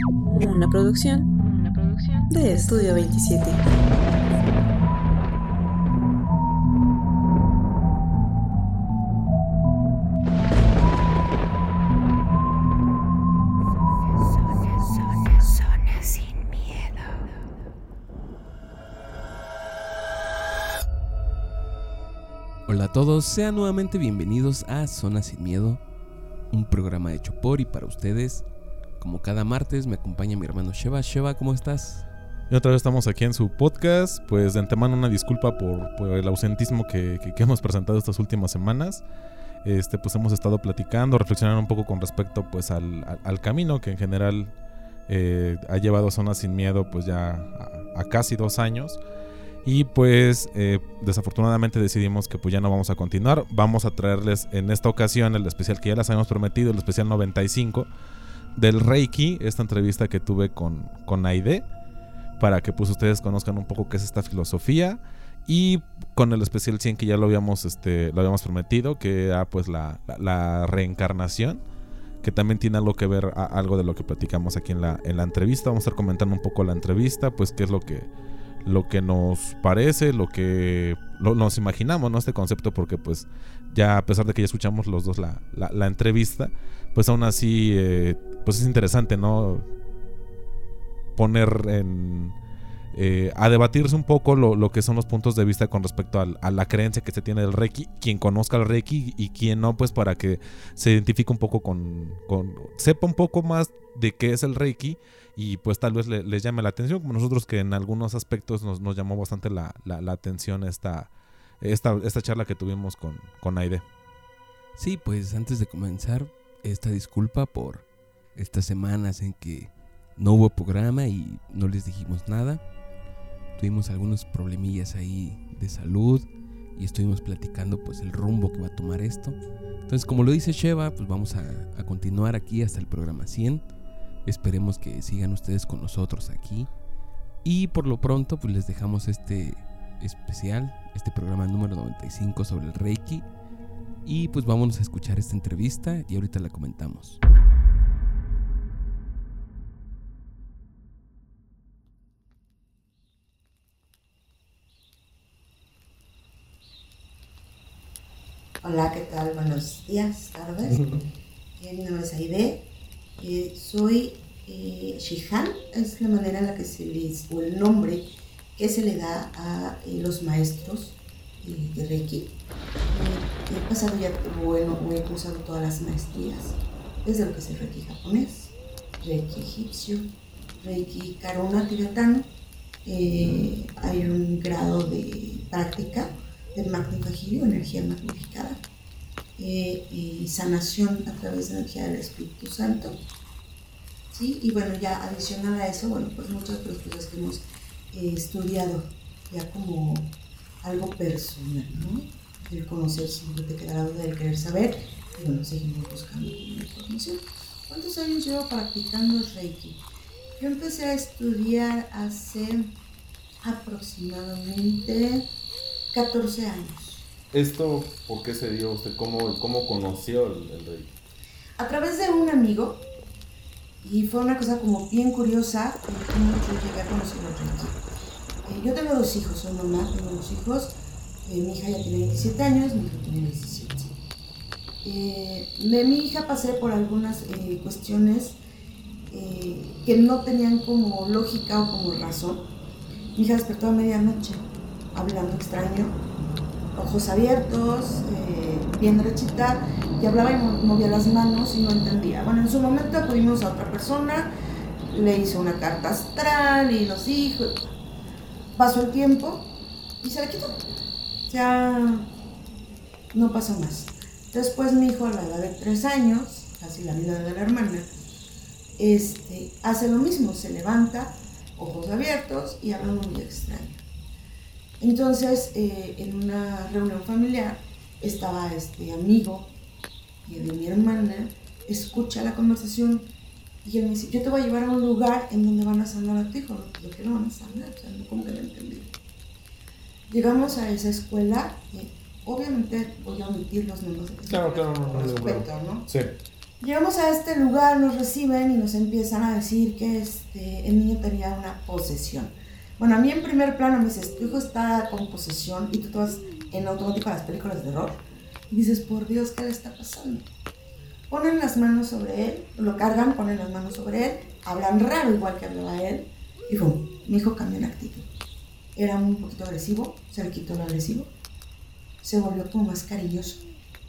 Una producción de Estudio 27. Zona sin miedo. Hola a todos, sean nuevamente bienvenidos a Zona Sin Miedo, un programa hecho por y para ustedes. Como cada martes me acompaña mi hermano Sheva. Sheva, ¿cómo estás? Y otra vez estamos aquí en su podcast. Pues de antemano una disculpa por el ausentismo que hemos presentado estas últimas semanas. Pues hemos estado platicando, reflexionando un poco con respecto pues al camino que en general ha llevado Zona Sin Miedo pues ya a casi 2 años. Y pues desafortunadamente decidimos que pues ya no vamos a continuar. Vamos a traerles en esta ocasión el especial que ya les habíamos prometido, el especial 95 del Reiki, esta entrevista que tuve con Aide, para que pues ustedes conozcan un poco qué es esta filosofía, y con el especial 100 que ya lo habíamos prometido, que era pues la reencarnación, que también tiene algo que ver algo de lo que platicamos aquí en la entrevista. Vamos a estar comentando un poco la entrevista, pues qué es lo que nos parece, lo que nos imaginamos, ¿no? Este concepto, porque pues ya a pesar de que ya escuchamos los dos la entrevista, pues aún así pues es interesante, ¿no? Poner a debatirse un poco lo que son los puntos de vista con respecto a la creencia que se tiene del Reiki, quien conozca el Reiki y quien no, pues para que se identifique un poco sepa un poco más de qué es el Reiki y pues tal vez les llame la atención, como nosotros, que en algunos aspectos nos llamó bastante la atención esta charla que tuvimos con Aide. Sí, pues antes de comenzar, esta disculpa por estas semanas en que no hubo programa y no les dijimos nada. Tuvimos algunos problemillas ahí de salud y estuvimos platicando pues el rumbo que va a tomar esto. Entonces, como lo dice Sheva, pues vamos a continuar aquí hasta el programa 100. Esperemos que sigan ustedes con nosotros aquí. Y por lo pronto pues les dejamos este especial, este programa número 95 sobre el Reiki. Y pues vámonos a escuchar esta entrevista y ahorita la comentamos. Hola, ¿qué tal? Buenos días, tardes. Mi nombre es Aide. Soy Shihan, es la manera en la que o el nombre que se le da a los maestros de Reiki. He pasado ya, he cursado todas las maestrías, desde lo que es el Reiki japonés, Reiki egipcio, Reiki Karuna tibetano. Hay un grado de práctica de magnificación, energía magnificada, y sanación a través de la energía del Espíritu Santo. ¿Sí? Y bueno, ya adicional a eso, bueno, pues muchas de las cosas que hemos estudiado ya como algo personal, ¿no? El conocer siempre te queda la duda del querer saber, y bueno, seguimos buscando información. ¿Cuántos años llevo practicando Reiki? Yo empecé a estudiar hace aproximadamente 14 años. ¿Esto por qué se dio? ¿Usted cómo conoció el Reiki? A través de un amigo, y fue una cosa como bien curiosa, cómo yo llegué a conocer el Reiki. Yo tengo 2 hijos, soy mamá, tengo 2 hijos. Mi hija ya tiene 27 años, mi hijo tiene 17. De mi hija pasé por algunas cuestiones que no tenían como lógica o como razón. Mi hija despertó a medianoche, hablando extraño, ojos abiertos, bien derechita, y hablaba y movía las manos y no entendía. Bueno, en su momento acudimos a otra persona, le hizo una carta astral y nos dijo, pasó el tiempo y se le quitó. O sea, no pasó más. Después mi hijo, a la edad de 3 años, casi la misma de la hermana, hace lo mismo, se levanta, ojos abiertos y habla muy extraño. Entonces, en una reunión familiar, estaba este amigo de mi hermana, escucha la conversación y él me dice, yo te voy a llevar a un lugar en donde van a sanar a tu hijo. ¿De qué lo van a sanar? O sea, no, como que no entendí. Llegamos a esa escuela, obviamente voy a omitir los nombres de claro, por respeto, ¿no? Sí. Llegamos a este lugar, nos reciben y nos empiezan a decir que el niño tenía una posesión. Bueno, a mí en primer plano me dices, tu hijo está con posesión, y tú te vas en automático a las películas de terror y dices, por Dios, ¿qué le está pasando? Ponen las manos sobre él, lo cargan, ponen las manos sobre él, hablan raro igual que hablaba él, y ¡pum! Mi hijo cambió la actitud. Era un poquito agresivo, se le quitó lo agresivo, se volvió como más cariñoso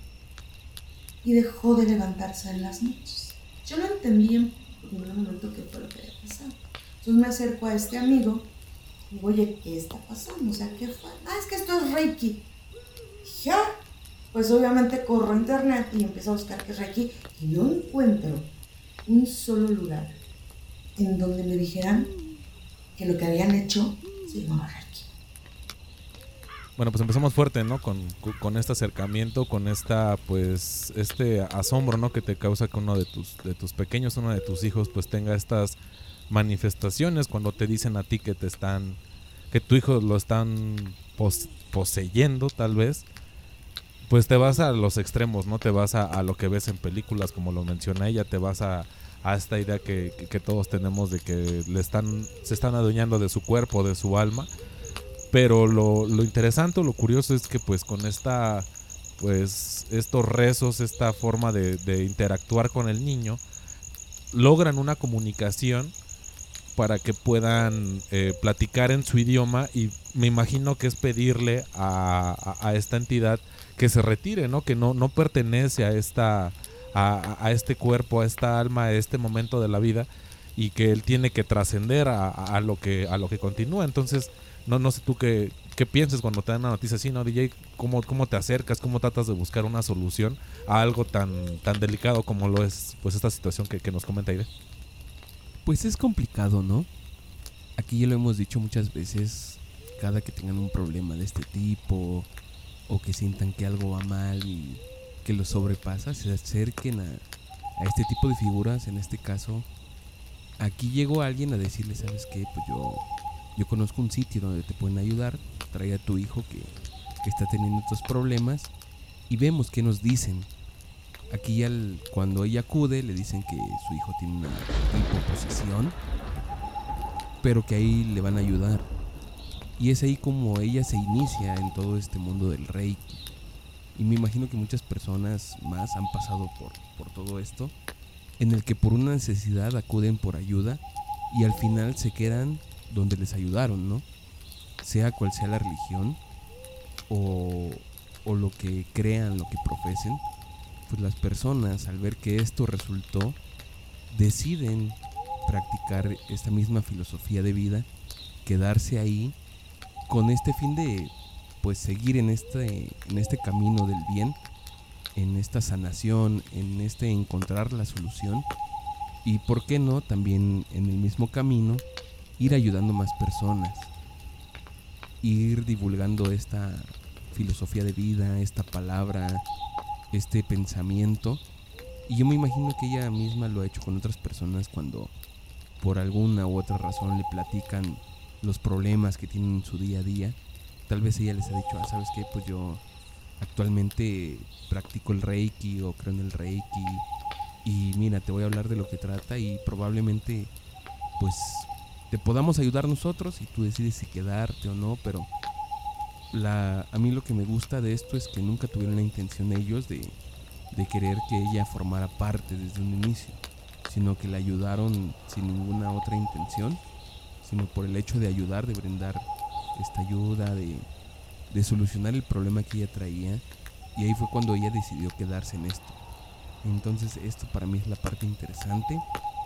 y dejó de levantarse en las noches. Yo no entendí en primer momento qué fue lo que había pasado. Entonces me acerco a este amigo y digo, oye, ¿qué está pasando? O sea, ¿qué fue? Es que esto es Reiki. Ya, pues obviamente corro a internet y empiezo a buscar qué es Reiki y no encuentro un solo lugar en donde me dijeran que lo que habían hecho se llamaba Reiki. Bueno, pues empezamos fuerte, ¿no? Con este acercamiento, con pues, este asombro, ¿no? Que te causa que uno de tus pequeños, uno de tus hijos, pues tenga estas manifestaciones cuando te dicen a ti que tu hijo lo están poseyendo, tal vez. Pues te vas a los extremos, ¿no? Te vas a lo que ves en películas, como lo menciona ella, te vas a esta idea que todos tenemos de que se están adueñando de su cuerpo, de su alma. Pero lo interesante, lo curioso es que pues con pues estos rezos, esta forma de interactuar con el niño, logran una comunicación para que puedan platicar en su idioma, y me imagino que es pedirle a esta entidad que se retire, ¿no? Que no pertenece a este cuerpo, a esta alma, a este momento de la vida, y que él tiene que trascender a lo que continúa. Entonces, no sé tú qué piensas cuando te dan una noticia así, ¿no, DJ? ¿Cómo te acercas? ¿Cómo tratas de buscar una solución a algo tan delicado como lo es pues esta situación que nos comenta Aide? Pues es complicado, ¿no? Aquí ya lo hemos dicho muchas veces, cada que tengan un problema de este tipo o que sientan que algo va mal y que lo sobrepasa, se acerquen a este tipo de figuras. En este caso, aquí llegó alguien a decirle, ¿sabes qué? Pues yo conozco un sitio donde te pueden ayudar, trae a tu hijo que está teniendo estos problemas y vemos qué nos dicen. Aquí cuando ella acude le dicen que su hijo tiene una tipo posesión, pero que ahí le van a ayudar. Y es ahí como ella se inicia en todo este mundo del Reiki. Y me imagino que muchas personas más han pasado por todo esto, en el que por una necesidad acuden por ayuda y al final se quedan donde les ayudaron, ¿no? Sea cual sea la religión o lo que crean, lo que profesen, pues las personas, al ver que esto resultó, deciden practicar esta misma filosofía de vida, quedarse ahí con este fin de pues seguir en este camino del bien, en esta sanación, en encontrar la solución, y por qué no también en el mismo camino ir ayudando más personas, ir divulgando esta filosofía de vida, esta palabra, este pensamiento. Y yo me imagino que ella misma lo ha hecho con otras personas cuando por alguna u otra razón le platican los problemas que tienen en su día a día. Tal vez ella les ha dicho, ¿sabes qué? Pues yo actualmente practico el Reiki o creo en el Reiki y mira, te voy a hablar de lo que trata y probablemente pues te podamos ayudar nosotros y tú decides si quedarte o no, pero a mí lo que me gusta de esto es que nunca tuvieron la intención ellos de querer que ella formara parte desde un inicio, sino que la ayudaron sin ninguna otra intención, sino por el hecho de ayudar, de brindar esta ayuda, de solucionar el problema que ella traía, y ahí fue cuando ella decidió quedarse en esto. Entonces esto para mí es la parte interesante.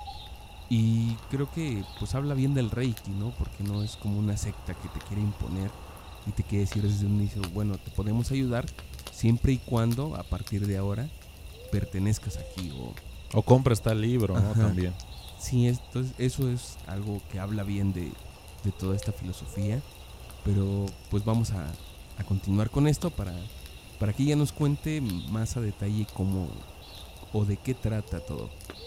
Y creo que pues habla bien del Reiki, ¿no? Porque no es como una secta que te quiere imponer y te quiere decir desde un inicio, bueno, te podemos ayudar siempre y cuando a partir de ahora pertenezcas aquí o compres tal libro, ¿no? También. Sí, eso es algo que habla bien de toda esta filosofía. Pero pues vamos a continuar con esto para que ella nos cuente más a detalle cómo o de qué trata todo.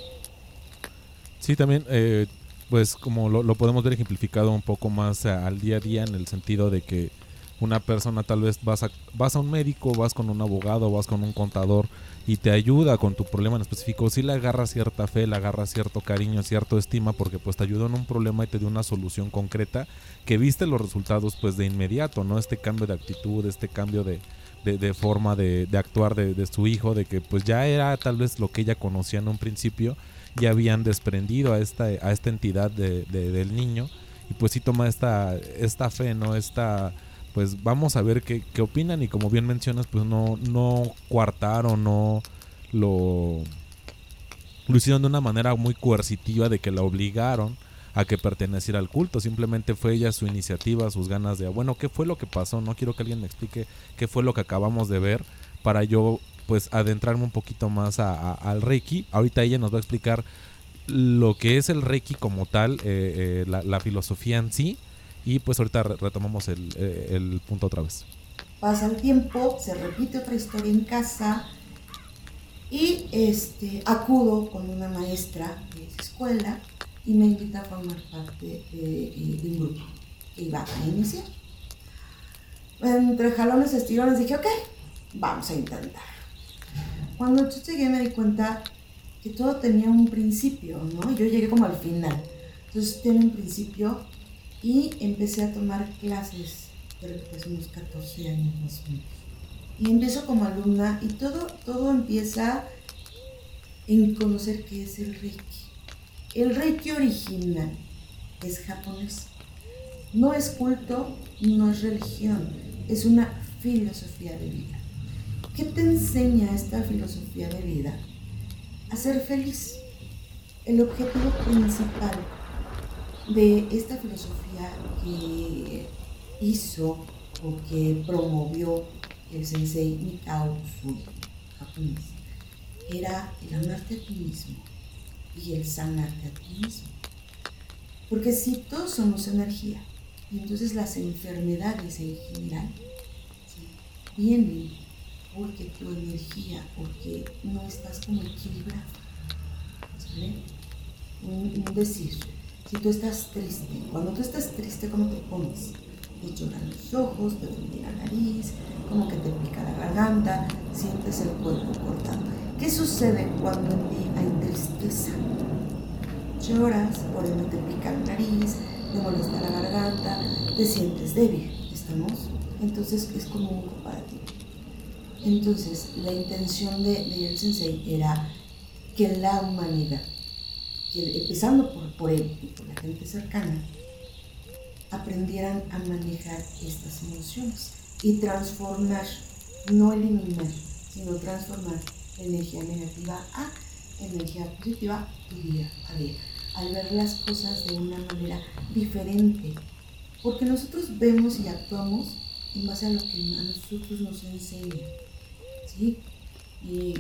Sí, también, pues como lo podemos ver ejemplificado un poco más al día a día, en el sentido de que una persona, tal vez vas a un médico, vas con un abogado, vas con un contador y te ayuda con tu problema en específico, si le agarras cierta fe, le agarras cierto cariño, cierta estima, porque pues te ayudó en un problema y te dio una solución concreta que viste los resultados pues de inmediato, ¿no? Este cambio de actitud, este cambio de forma de actuar de su hijo, de que pues ya era tal vez lo que ella conocía en un principio, ya habían desprendido a esta entidad del niño, y pues sí toma esta fe, ¿no? Pues vamos a ver qué opinan, y como bien mencionas, pues no coartaron, no lo hicieron de una manera muy coercitiva de que la obligaron a que perteneciera al culto. Simplemente fue ella su iniciativa, sus ganas de, bueno, ¿qué fue lo que pasó? No quiero que alguien me explique qué fue lo que acabamos de ver, para yo pues adentrarme un poquito más al Reiki. Ahorita ella nos va a explicar lo que es el Reiki como tal, la filosofía en sí, y pues ahorita retomamos el punto otra vez. Pasa el tiempo, se repite otra historia en casa y acudo con una maestra de esa escuela y me invita a formar parte de un grupo que iba a iniciar. Entre jalones y estirones dije, ok, vamos a intentar. Cuando yo llegué me di cuenta que todo tenía un principio, ¿no? Yo llegué como al final. Entonces tiene un principio y empecé a tomar clases, creo que hace unos 14 años más o menos. Y empiezo como alumna y todo empieza en conocer qué es el Reiki. El Reiki original es japonés. No es culto, no es religión, es una filosofía de vida. ¿Qué te enseña esta filosofía de vida? A ser feliz. El objetivo principal de esta filosofía que hizo o que promovió el sensei Mikao Usui, japonés, era el amarte a ti mismo y el sanarte a ti mismo. Porque si todos somos energía, y entonces las enfermedades en general, ¿sí?, vienen porque tu energía, porque no estás como equilibrado. ¿Sale? Un decir, si tú estás triste, cuando tú estás triste, ¿cómo te pones? Te lloran los ojos, te duele la nariz, como que te pica la garganta, sientes el cuerpo cortado. ¿Qué sucede cuando en ti hay tristeza? Lloras, por ende te pica la nariz, te molesta la garganta, te sientes débil, ¿estamos? Entonces es como un comparativo. Entonces la intención de el sensei era que la humanidad, que empezando por él y por la gente cercana, aprendieran a manejar estas emociones y transformar, no eliminar, sino transformar la energía negativa a energía positiva día a día, al ver las cosas de una manera diferente, porque nosotros vemos y actuamos en base a lo que a nosotros nos enseñan, ¿sí? Y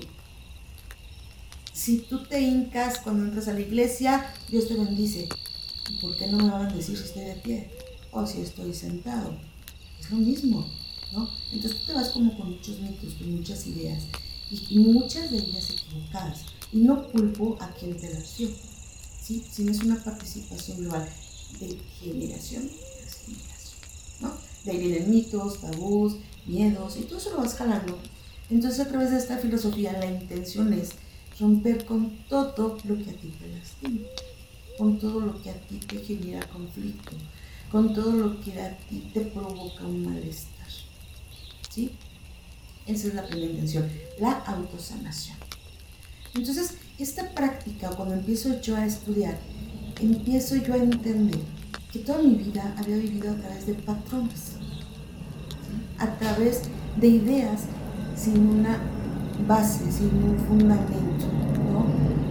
si tú te hincas cuando entras a la iglesia, Dios te bendice. ¿Por qué no me van a decir si estoy de pie o si estoy sentado? Es lo mismo, ¿no? Entonces tú te vas como con muchos mitos, con muchas ideas, y muchas de ellas equivocadas. Y no culpo a quien te las dio, ¿sí? Sino es una participación global de generación tras generación, ¿no? De ahí vienen mitos, tabús, miedos, y todo eso lo vas jalando. Entonces a través de esta filosofía la intención es romper con todo lo que a ti te lastima, con todo lo que a ti te genera conflicto, con todo lo que a ti te provoca un malestar, ¿sí? Esa es la primera intención, la autosanación. Entonces, esta práctica, cuando empiezo yo a estudiar, empiezo yo a entender que toda mi vida había vivido a través de patrones, ¿sí?, a través de ideas sin una base, sin un fundamento, ¿no?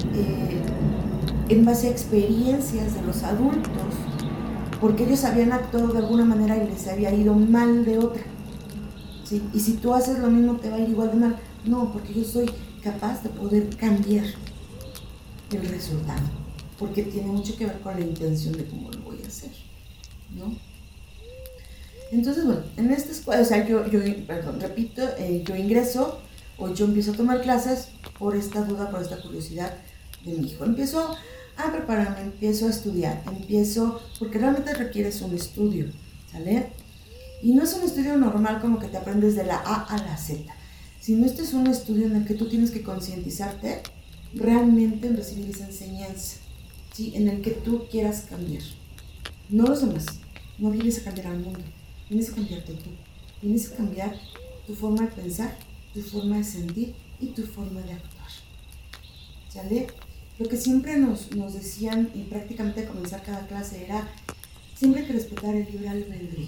En base a experiencias de los adultos, porque ellos habían actuado de alguna manera y les había ido mal de otra, ¿sí? Y si tú haces lo mismo te va a ir igual de mal. No, porque yo soy capaz de poder cambiar el resultado, porque tiene mucho que ver con la intención de cómo lo voy a hacer, ¿no? Entonces, bueno, en esta escuela, o sea, yo ingreso o yo empiezo a tomar clases por esta duda, por esta curiosidad de mi hijo. Empiezo a prepararme, empiezo a estudiar, porque realmente requieres un estudio, ¿sale? Y no es un estudio normal como que te aprendes de la A a la Z, sino este es un estudio en el que tú tienes que concientizarte realmente en recibir esa enseñanza, ¿sí? En el que tú quieras cambiar, no los demás. No vienes a cambiar al mundo, vienes a cambiarte tú, vienes a cambiar tu forma de pensar, tu forma de sentir y tu forma de actuar. ¿Sale? Lo que siempre nos decían, y prácticamente al comenzar cada clase, era siempre hay que respetar el libre albedrío.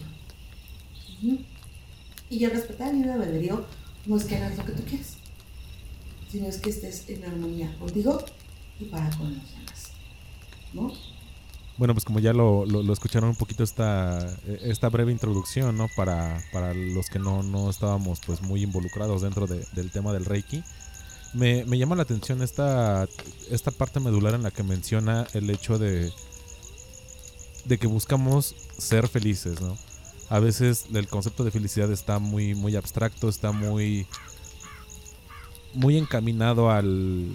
Y el respetar el libre albedrío no es que hagas lo que tú quieras, sino es que estés en armonía contigo y para con los demás, ¿no? Bueno, pues como ya lo escucharon un poquito esta breve introducción, ¿no? Para los que no estábamos pues muy involucrados dentro del tema del Reiki. Me llama la atención esta parte medular en la que menciona el hecho de que buscamos ser felices, ¿no? A veces el concepto de felicidad está muy, muy abstracto, está muy encaminado a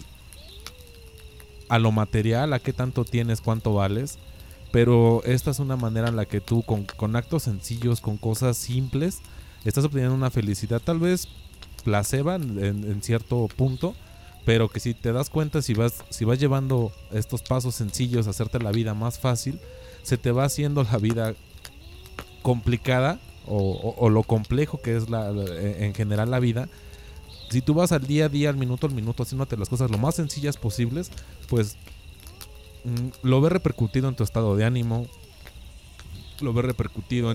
lo material, a qué tanto tienes, cuánto vales. Pero esta es una manera en la que tú con actos sencillos, con cosas simples, estás obteniendo una felicidad tal vez placebo en cierto punto, pero que si te das cuenta, si vas llevando estos pasos sencillos a hacerte la vida más fácil, se te va haciendo la vida complicada o lo complejo que es en general la vida. Si tú vas al día a día, al minuto haciéndote las cosas lo más sencillas posibles, pues lo ves repercutido en tu estado de ánimo, lo ves repercutido en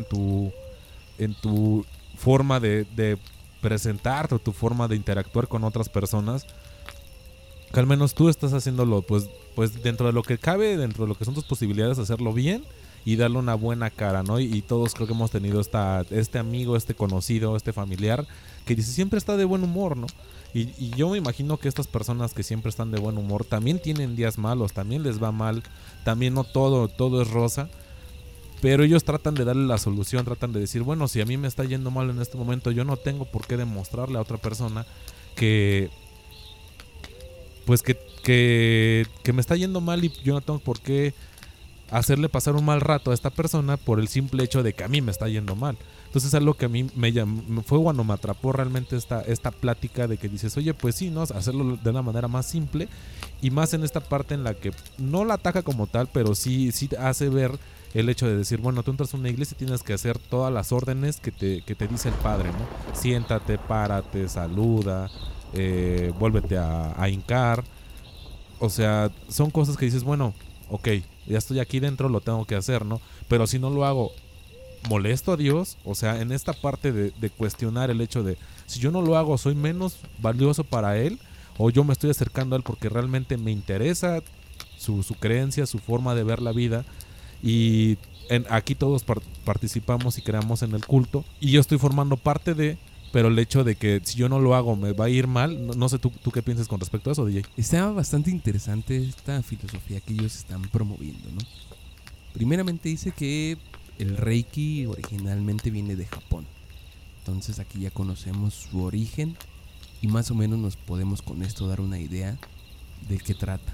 tu forma de presentarte o tu forma de interactuar con otras personas, que al menos tú estás haciéndolo pues dentro de lo que cabe, dentro de lo que son tus posibilidades, hacerlo bien y darle una buena cara, ¿no? Y todos creo que hemos tenido este amigo, este conocido, este familiar que dice siempre está de buen humor, ¿no? Y yo me imagino que estas personas que siempre están de buen humor también tienen días malos, también les va mal, también no todo es rosa, pero ellos tratan de darle la solución, tratan de decir, bueno, si a mí me está yendo mal en este momento, yo no tengo por qué demostrarle a otra persona que pues que me está yendo mal y yo no tengo por qué hacerle pasar un mal rato a esta persona por el simple hecho de que a mí me está yendo mal. Entonces es algo que a mí fue cuando me atrapó realmente esta plática de que dices, oye, pues sí, ¿no? Hacerlo de una manera más simple y más en esta parte en la que no la ataca como tal, pero sí hace ver el hecho de decir, bueno, tú entras a una iglesia y tienes que hacer todas las órdenes que te dice el padre, ¿no? Siéntate, párate, saluda, vuélvete a hincar. O sea, son cosas que dices, bueno, ok, ya estoy aquí dentro, lo tengo que hacer, ¿no? Pero si no lo hago, ¿molesto a Dios? O sea, en esta parte de cuestionar el hecho de si yo no lo hago, ¿soy menos valioso para Él? ¿O yo me estoy acercando a Él porque realmente me interesa su creencia, su forma de ver la vida? Y aquí todos participamos y creamos en el culto y yo estoy formando parte de... Pero el hecho de que si yo no lo hago me va a ir mal, no sé tú qué piensas con respecto a eso, DJ. Está bastante interesante esta filosofía que ellos están promoviendo, ¿no? Primeramente dice que el Reiki originalmente viene de Japón. Entonces aquí ya conocemos su origen y más o menos nos podemos con esto dar una idea de qué trata.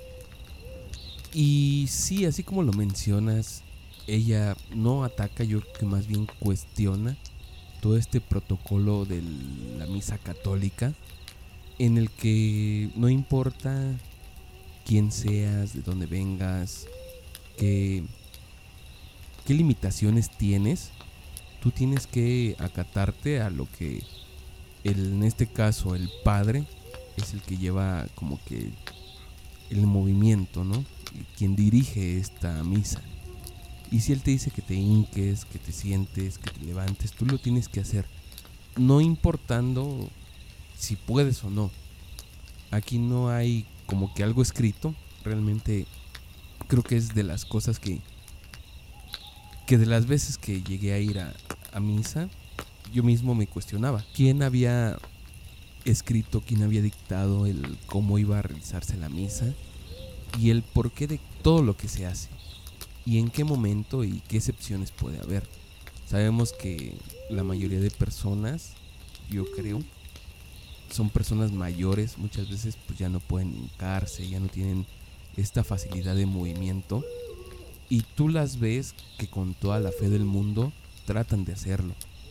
Y sí, así como lo mencionas, ella no ataca, yo creo que más bien cuestiona todo este protocolo de la misa católica, en el que no importa quién seas, de dónde vengas, qué limitaciones tienes, tú tienes que acatarte a lo que en este caso el padre es el que lleva como que el movimiento, ¿no? Quien dirige esta misa. Y si él te dice que te hinques, que te sientes, que te levantes, tú lo tienes que hacer, no importando si puedes o no. Aquí no hay como que algo escrito. Realmente creo que es de las cosas que de las veces que llegué a ir a misa, yo mismo me cuestionaba quién había escrito, quién había dictado el cómo iba a realizarse la misa y el porqué de todo lo que se hace. Y en qué momento y qué excepciones puede haber. Sabemos que la mayoría de personas, yo creo, son personas mayores. Muchas veces pues ya no pueden hincarse, ya no tienen esta facilidad de movimiento. Y tú las ves que con toda la fe del mundo tratan de hacerlo.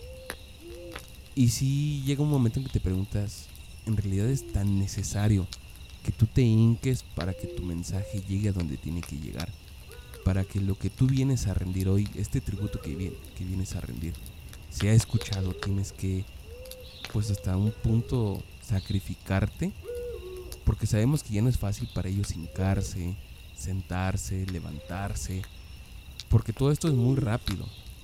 Y sí llega un momento en que te preguntas, ¿en realidad es tan necesario que tú te hinques para que tu mensaje llegue a donde tiene que llegar? Para que lo que tú vienes a rendir hoy, este tributo que vienes a rendir, sea escuchado. Tienes que, pues hasta un punto, sacrificarte, porque sabemos que ya no es fácil para ellos hincarse, sentarse, levantarse, porque todo esto es muy rápido.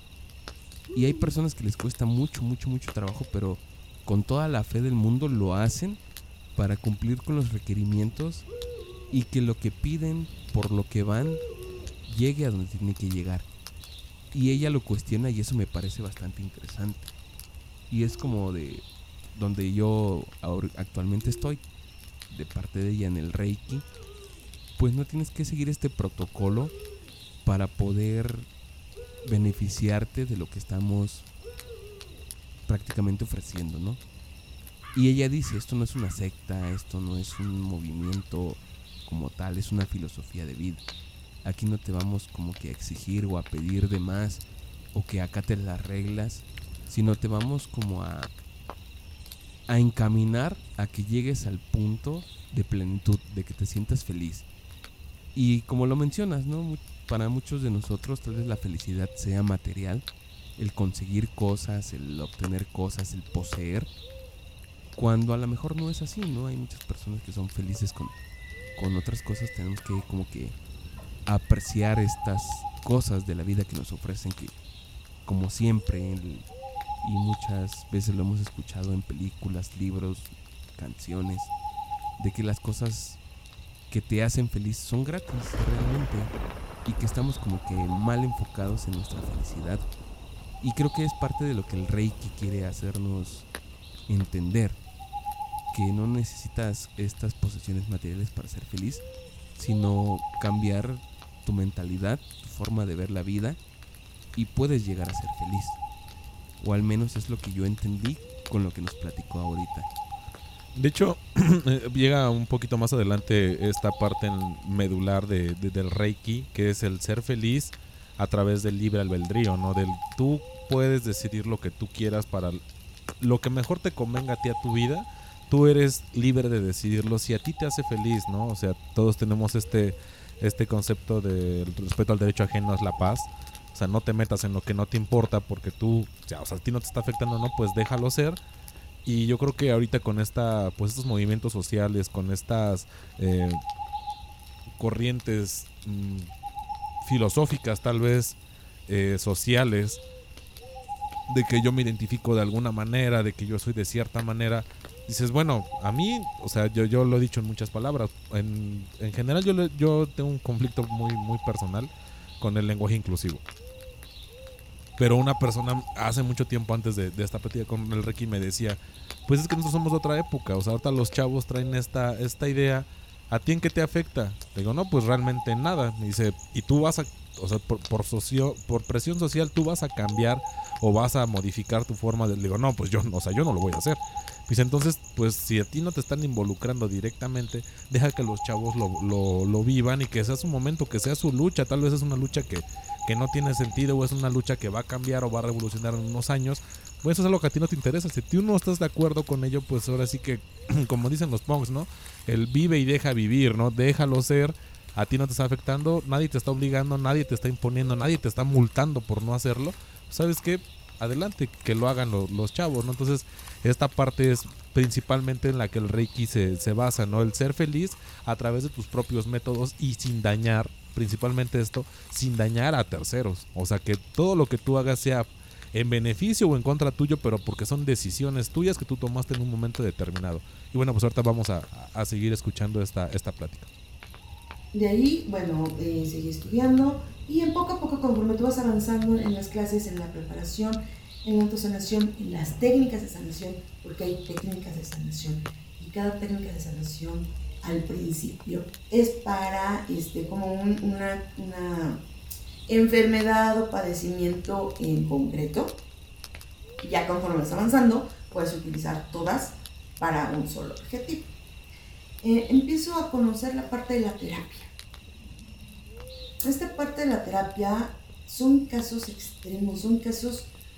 Y hay personas que les cuesta mucho trabajo, pero con toda la fe del mundo lo hacen para cumplir con los requerimientos y que lo que piden, por lo que van, llegue a donde tiene que llegar. Y ella lo cuestiona y eso me parece bastante interesante. Y es como de donde yo actualmente estoy, de parte de ella en el Reiki. Pues no tienes que seguir este protocolo para poder beneficiarte de lo que estamos prácticamente ofreciendo, ¿no? Y ella dice, esto no es una secta, esto no es un movimiento como tal, es una filosofía de vida. Aquí no te vamos como que a exigir o a pedir de más o que acates las reglas, sino te vamos como a encaminar a que llegues al punto de plenitud, de que te sientas feliz. Y como lo mencionas, ¿no? Para muchos de nosotros tal vez la felicidad sea material, el conseguir cosas, el obtener cosas, el poseer, cuando a lo mejor no es así, ¿no? Hay muchas personas que son felices con otras cosas. Tenemos que como que apreciar estas cosas de la vida que nos ofrecen, que como siempre y muchas veces lo hemos escuchado en películas, libros, canciones, de que las cosas que te hacen feliz son gratis realmente, y que estamos como que mal enfocados en nuestra felicidad. Y creo que es parte de lo que el Reiki quiere hacernos entender, que no necesitas estas posesiones materiales para ser feliz, sino cambiar tu mentalidad, tu forma de ver la vida, y puedes llegar a ser feliz. O al menos es lo que yo entendí con lo que nos platicó ahorita. De hecho, llega un poquito más adelante esta parte medular del Reiki, que es el ser feliz a través del libre albedrío, ¿no? Tú puedes decidir lo que tú quieras para lo que mejor te convenga a ti, a tu vida. Tú eres libre de decidirlo si a ti te hace feliz, ¿no? O sea, todos tenemos este concepto de respeto al derecho ajeno es la paz. O sea, no te metas en lo que no te importa porque tú, o sea, a ti no te está afectando, ¿no? Pues déjalo ser. Y yo creo que ahorita con estos movimientos sociales, con estas corrientes filosóficas tal vez, sociales, de que yo me identifico de alguna manera, de que yo soy de cierta manera, dices, bueno, a mí, o sea, yo lo he dicho en muchas palabras, en general yo tengo un conflicto muy personal con el lenguaje inclusivo. Pero una persona hace mucho tiempo antes de esta plática con el Reiki me decía, pues es que nosotros somos de otra época, o sea, ahorita los chavos traen esta idea, ¿a ti en qué te afecta? Le digo, no, pues realmente nada. Me dice, y tú vas a, o sea, por presión social tú vas a cambiar o vas a modificar tu forma de... Le digo, no, pues yo no lo voy a hacer. Dice, entonces, pues si a ti no te están involucrando directamente, deja que los chavos lo vivan y que sea su momento, que sea su lucha. Tal vez es una lucha que no tiene sentido, o es una lucha que va a cambiar o va a revolucionar en unos años. Pues eso es algo que a ti no te interesa. Si tú no estás de acuerdo con ello, pues ahora sí que, como dicen los punks, ¿no? El vive y deja vivir, ¿no? Déjalo ser. A ti no te está afectando, nadie te está obligando, nadie te está imponiendo, nadie te está multando por no hacerlo. ¿Sabes qué? Adelante, que lo hagan los chavos, ¿no? Entonces, esta parte es principalmente en la que el Reiki se basa, ¿no? El ser feliz a través de tus propios métodos y sin dañar, principalmente esto, sin dañar a terceros. O sea, que todo lo que tú hagas sea en beneficio o en contra tuyo, pero porque son decisiones tuyas que tú tomaste en un momento determinado. Y bueno, pues ahorita vamos a seguir escuchando esta plática. De ahí, bueno, seguí estudiando y en poco a poco, conforme tú vas avanzando en las clases, en la preparación, en la autosanación, en las técnicas de sanación, porque hay técnicas de sanación y cada técnica de sanación al principio es para como una enfermedad o padecimiento en concreto. Ya conforme vas avanzando, puedes utilizar todas para un solo objetivo. Empiezo a conocer la parte de la terapia. Esta parte de la terapia son casos extremos, son casos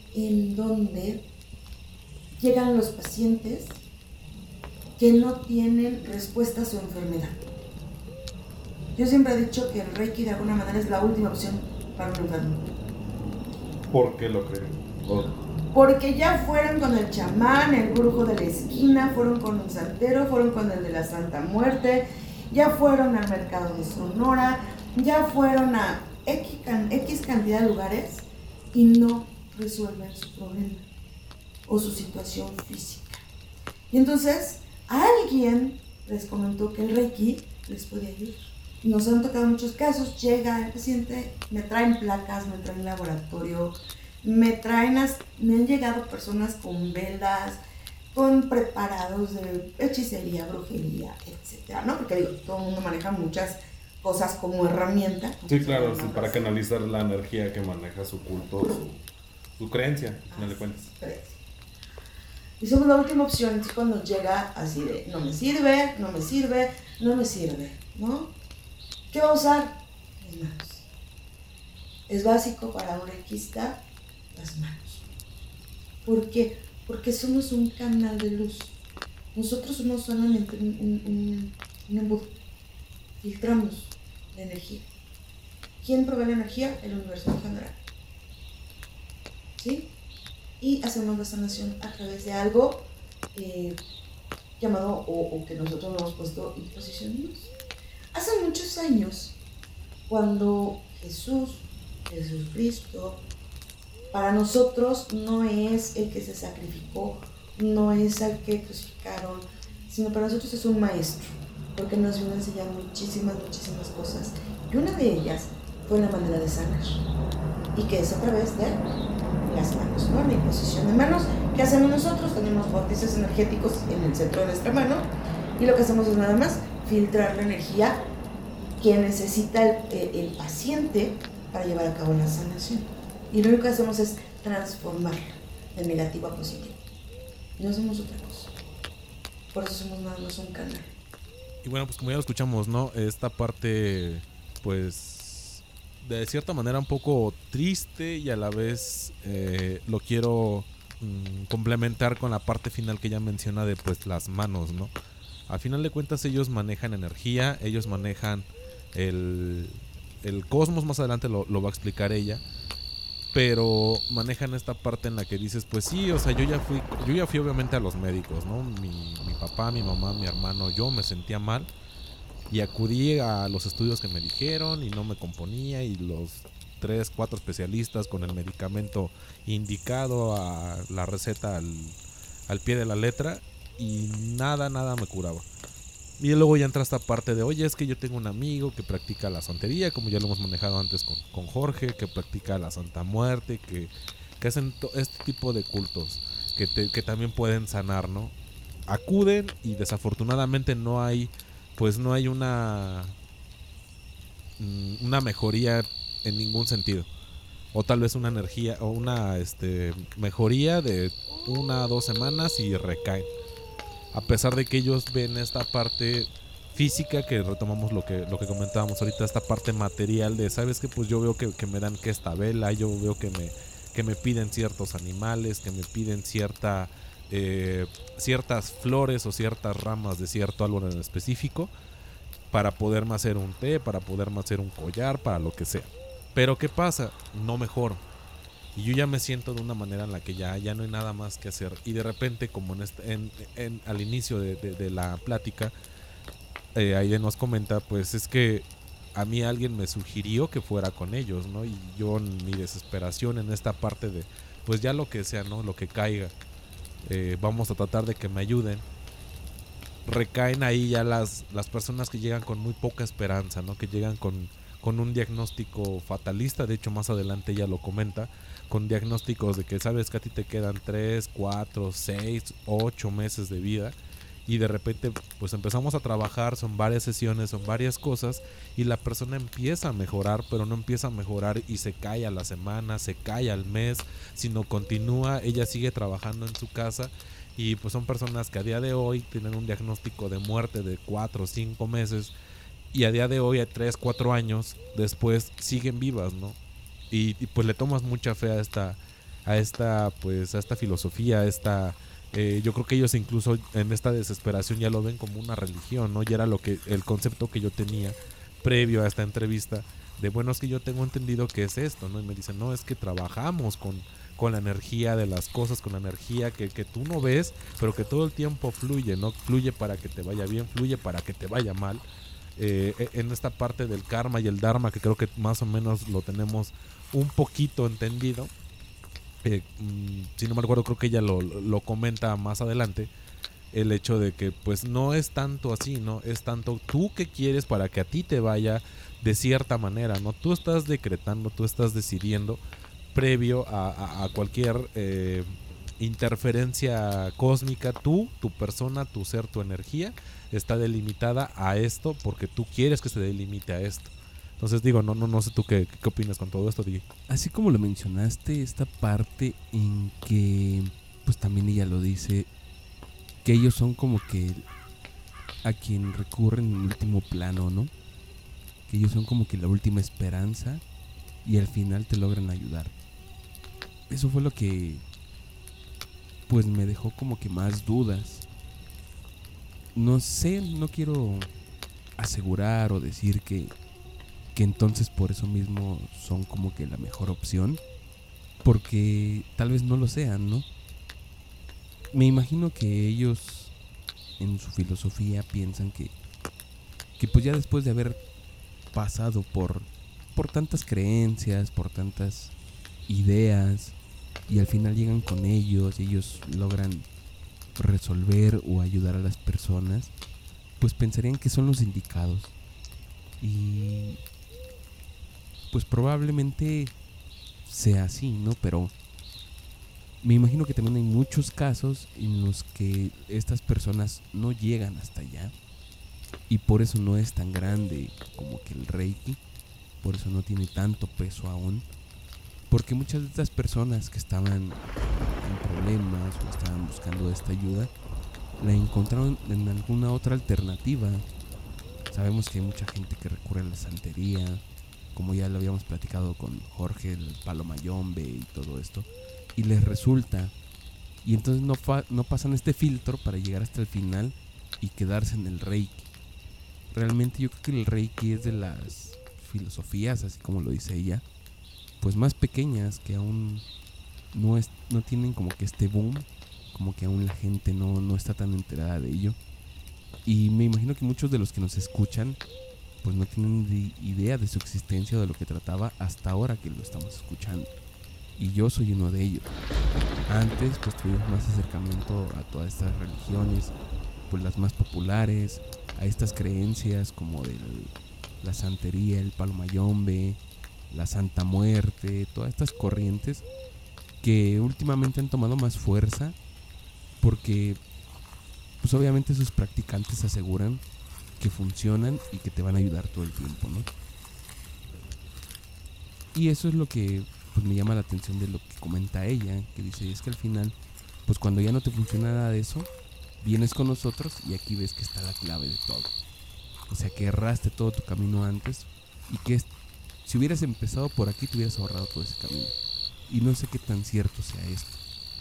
en donde llegan los pacientes que no tienen respuesta a su enfermedad. Yo siempre he dicho que el Reiki de alguna manera es la última opción para un enfermo. ¿Por qué lo creen? Porque ya fueron con el chamán, el brujo de la esquina, fueron con un santero, fueron con el de la Santa Muerte, ya fueron al mercado de Sonora, ya fueron a X cantidad de lugares y no resuelven su problema o su situación física. Y entonces alguien les comentó que el Reiki les podía ayudar. Nos han tocado muchos casos, llega el paciente, me traen placas, me traen laboratorio, me han llegado personas con velas, con preparados de hechicería, brujería, etcétera, ¿no? Porque digo, todo el mundo maneja muchas cosas como herramienta. Sí, claro, sí, para canalizar la energía que maneja su culto, su creencia, no le cuentas. Y somos la última opción, entonces cuando llega así de, no me sirve, ¿no? ¿Qué va a usar? Las manos. Es básico para un reikista, las manos. ¿Por qué? Porque somos un canal de luz. Nosotros somos solamente un embudo. Filtramos la energía. ¿Quién provee la energía? El universo en general. ¿Sí? Y hacemos la sanación a través de algo llamado, o que nosotros nos hemos puesto imposición de luz. Hace muchos años, cuando Jesucristo, para nosotros no es el que se sacrificó, no es el que crucificaron, sino para nosotros es un maestro, porque nos vino a enseñar muchísimas cosas. Y una de ellas fue la manera de sanar, y que es a través de las manos, ¿no? La imposición de manos. ¿Qué hacemos nosotros? Tenemos vórtices energéticos en el centro de nuestra mano, y lo que hacemos es nada más filtrar la energía que necesita el paciente para llevar a cabo la sanación. Y lo único que hacemos es transformarla de negativo a positivo. No hacemos otra cosa. Por eso somos nada más un canal. Y bueno, pues como ya lo escuchamos, ¿no? Esta parte, pues, de cierta manera un poco triste, y a la vez lo quiero complementar con la parte final que ella menciona de, pues, las manos, ¿no? Al final de cuentas ellos manejan energía, ellos manejan el cosmos, más adelante lo va a explicar ella, pero manejan esta parte en la que dices, pues sí, o sea, yo ya fui obviamente a los médicos, ¿no? Mi papá, mi mamá, mi hermano, yo me sentía mal y acudí a los estudios que me dijeron y no me componía, y los 3, 4 especialistas con el medicamento indicado, a la receta al pie de la letra, y nada me curaba. Y luego ya entra esta parte de, oye, es que yo tengo un amigo que practica la santería, como ya lo hemos manejado antes con Jorge, que practica la Santa Muerte, que hacen este tipo de cultos, que también pueden sanar, ¿no? Acuden, y desafortunadamente no hay una mejoría en ningún sentido. O tal vez una energía, o una mejoría de 1 o 2 semanas y recaen. A pesar de que ellos ven esta parte física, que retomamos lo que comentábamos ahorita, esta parte material de, ¿sabes qué? Pues yo veo que me dan que esta vela, yo veo que me piden ciertos animales, que me piden ciertas flores o ciertas ramas de cierto árbol en específico, para poderme hacer un té, para poderme hacer un collar, para lo que sea. Pero ¿qué pasa? No mejoro. Y yo ya me siento de una manera en la que ya no hay nada más que hacer. Y de repente, como al inicio de la plática, Aide nos comenta, pues es que a mí alguien me sugirió que fuera con ellos, ¿no? Y yo, en mi desesperación, en esta parte de, pues ya lo que sea, ¿no? Lo que caiga, vamos a tratar de que me ayuden. Recaen ahí ya las personas que llegan con muy poca esperanza, ¿no? Que llegan con un diagnóstico fatalista. De hecho, más adelante ella lo comenta, con diagnósticos de que sabes que a ti te quedan 3, 4, 6, 8 meses de vida, y de repente pues empezamos a trabajar, son varias sesiones, son varias cosas, y la persona empieza a mejorar, pero no empieza a mejorar y se cae a la semana, se cae al mes, sino continúa, ella sigue trabajando en su casa. Y pues son personas que a día de hoy tienen un diagnóstico de muerte de 4 o 5 meses, y a día de hoy, a 3, 4 años después, siguen vivas, ¿no? Y pues le tomas mucha fe a a esta filosofía, yo creo que ellos incluso en esta desesperación ya lo ven como una religión, ¿no? Y era el concepto que yo tenía previo a esta entrevista, de bueno, es que yo tengo entendido que es esto, ¿no? Y me dicen, no, es que trabajamos con la energía de las cosas, con la energía que tú no ves, pero que todo el tiempo fluye, ¿no? Fluye para que te vaya bien, fluye para que te vaya mal. En esta parte del karma y el dharma, que creo que más o menos lo tenemos un poquito entendido. Si no me acuerdo, creo que ella lo comenta más adelante, el hecho de que pues no es tanto así, ¿no? Es tanto tú que quieres para que a ti te vaya de cierta manera, ¿no? Tú estás decretando, tú estás decidiendo previo a cualquier interferencia cósmica. Tu persona, tu ser, tu energía está delimitada a esto porque tú quieres que se delimite a esto. Entonces digo, no sé tú qué opinas con todo esto, DJ. Así como lo mencionaste, esta parte en que pues también ella lo dice, que ellos son como que a quien recurren en el último plano, ¿no? Que ellos son como que la última esperanza y al final te logran ayudar. Eso fue lo que pues me dejó como que más dudas. No sé, no quiero asegurar o decir que entonces por eso mismo son como que la mejor opción, porque tal vez no lo sean, ¿no? Me imagino que ellos en su filosofía piensan que pues ya después de haber pasado por tantas creencias, por tantas ideas, y al final llegan con ellos logran resolver o ayudar a las personas, pues pensarían que son los indicados. Y pues probablemente sea así, ¿no? Pero me imagino que también hay muchos casos en los que estas personas no llegan hasta allá y por eso no es tan grande como que el Reiki, por eso no tiene tanto peso aún, porque muchas de estas personas que estaban en problemas o estaban buscando esta ayuda la encontraron en alguna otra alternativa. Sabemos que hay mucha gente que recurre a la santería, como ya lo habíamos platicado con Jorge, el palo mayombe y todo esto, y les resulta, y entonces no pasan este filtro para llegar hasta el final y quedarse en el Reiki. Realmente yo creo que el Reiki es de las filosofías, así como lo dice ella, pues más pequeñas, que aún no tienen como que este boom, como que aún la gente no está tan enterada de ello. Y me imagino que muchos de los que nos escuchan pues no tienen idea de su existencia o de lo que trataba hasta ahora que lo estamos escuchando. Y yo soy uno de ellos. Antes pues tuvimos más acercamiento a todas estas religiones, pues las más populares, a estas creencias como de la santería, el palo mayombe, la Santa Muerte, todas estas corrientes que últimamente han tomado más fuerza porque pues obviamente sus practicantes aseguran que funcionan y que te van a ayudar todo el tiempo, ¿no? Y eso es lo que pues me llama la atención de lo que comenta ella, que dice, es que al final, pues cuando ya no te funciona nada de eso, vienes con nosotros y aquí ves que está la clave de todo. O sea, que erraste todo tu camino antes y que si hubieras empezado por aquí te hubieras ahorrado todo ese camino. Y no sé qué tan cierto sea esto.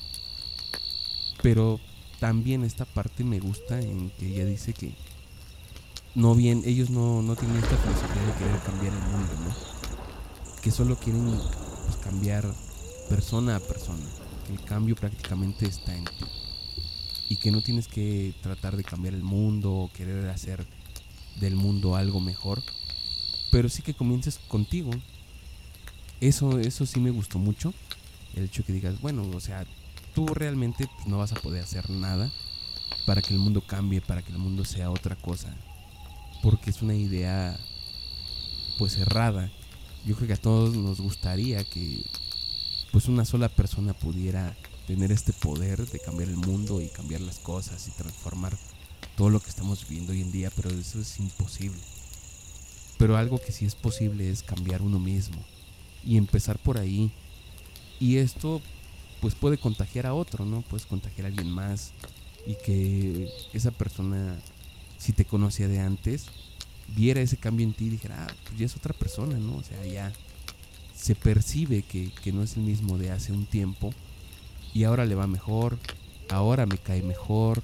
Pero también esta parte me gusta en que ella dice que ellos no tienen esta filosofía de querer cambiar el mundo, ¿no? Que solo quieren pues, cambiar persona a persona, que el cambio prácticamente está en ti y que no tienes que tratar de cambiar el mundo o querer hacer del mundo algo mejor, pero sí que comiences contigo. Eso sí me gustó mucho, el hecho que digas, bueno, o sea, tú realmente pues, no vas a poder hacer nada para que el mundo cambie, para que el mundo sea otra cosa, porque es una idea pues errada. Yo creo que a todos nos gustaría que pues una sola persona pudiera tener este poder de cambiar el mundo y cambiar las cosas y transformar todo lo que estamos viviendo hoy en día, pero eso es imposible. Pero algo que sí es posible es cambiar uno mismo y empezar por ahí. Y esto pues puede contagiar a otro, ¿no? Puedes contagiar a alguien más y que esa persona, si te conocía de antes, viera ese cambio en ti y dijera, pues ya es otra persona, ¿no? O sea, ya se percibe que no es el mismo de hace un tiempo y ahora le va mejor, ahora me cae mejor,